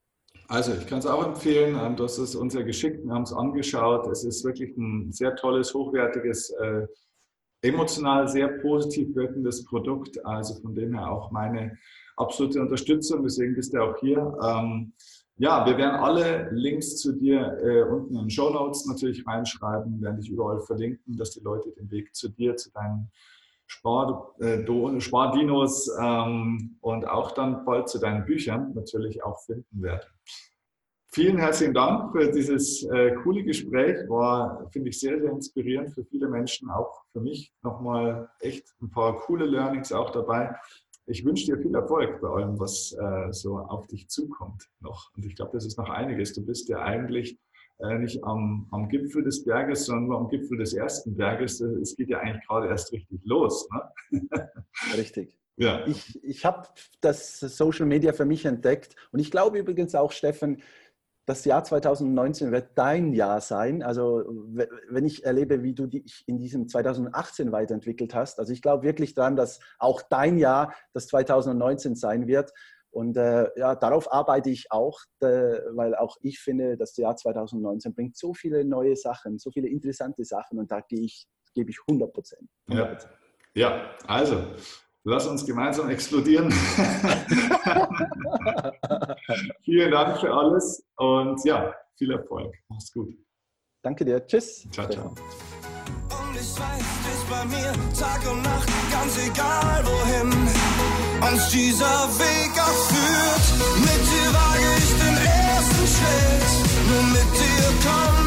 Also ich kann es auch empfehlen, das ist uns ja geschickt, wir haben es angeschaut, es ist wirklich ein sehr tolles, hochwertiges emotional sehr positiv wirkendes Produkt. Also von dem her auch meine absolute Unterstützung. Deswegen bist du auch hier. Ähm, ja, wir werden alle Links zu dir äh, unten in den Shownotes natürlich reinschreiben, werden dich überall verlinken, dass die Leute den Weg zu dir, zu deinen Spar, äh, Spardinos ähm, und auch dann bald zu deinen Büchern natürlich auch finden werden. Vielen herzlichen Dank für dieses äh, coole Gespräch. War, finde ich, sehr, sehr inspirierend für viele Menschen, auch für mich nochmal echt ein paar coole Learnings auch dabei. Ich wünsche dir viel Erfolg bei allem, was äh, so auf dich zukommt noch. Und ich glaube, das ist noch einiges. Du bist ja eigentlich äh, nicht am, am Gipfel des Berges, sondern nur am Gipfel des ersten Berges. Es geht ja eigentlich gerade erst richtig los. Ne? Richtig. Ja. Ich, ich habe das Social Media für mich entdeckt. Und ich glaube übrigens auch, Steffen, das Jahr zweitausendneunzehn wird dein Jahr sein. Also wenn ich erlebe, wie du dich in diesem zweitausendachtzehn weiterentwickelt hast. Also ich glaube wirklich daran, dass auch dein Jahr das zweitausendneunzehn sein wird. Und äh, ja, darauf arbeite ich auch, äh, weil auch ich finde, das Jahr zweitausendneunzehn bringt so viele neue Sachen, so viele interessante Sachen. Und da gehe ich, gebe ich hundert Prozent. Ja. Ja, also lass uns gemeinsam explodieren. Vielen Dank für alles und ja, viel Erfolg. Mach's gut. Danke dir. Tschüss. Ciao, ciao. Und ich weiß, du bist bei mir Tag und Nacht, ganz egal wohin uns dieser Weg auch führt. Mit dir wage ich den ersten Schritt, nur mit dir komm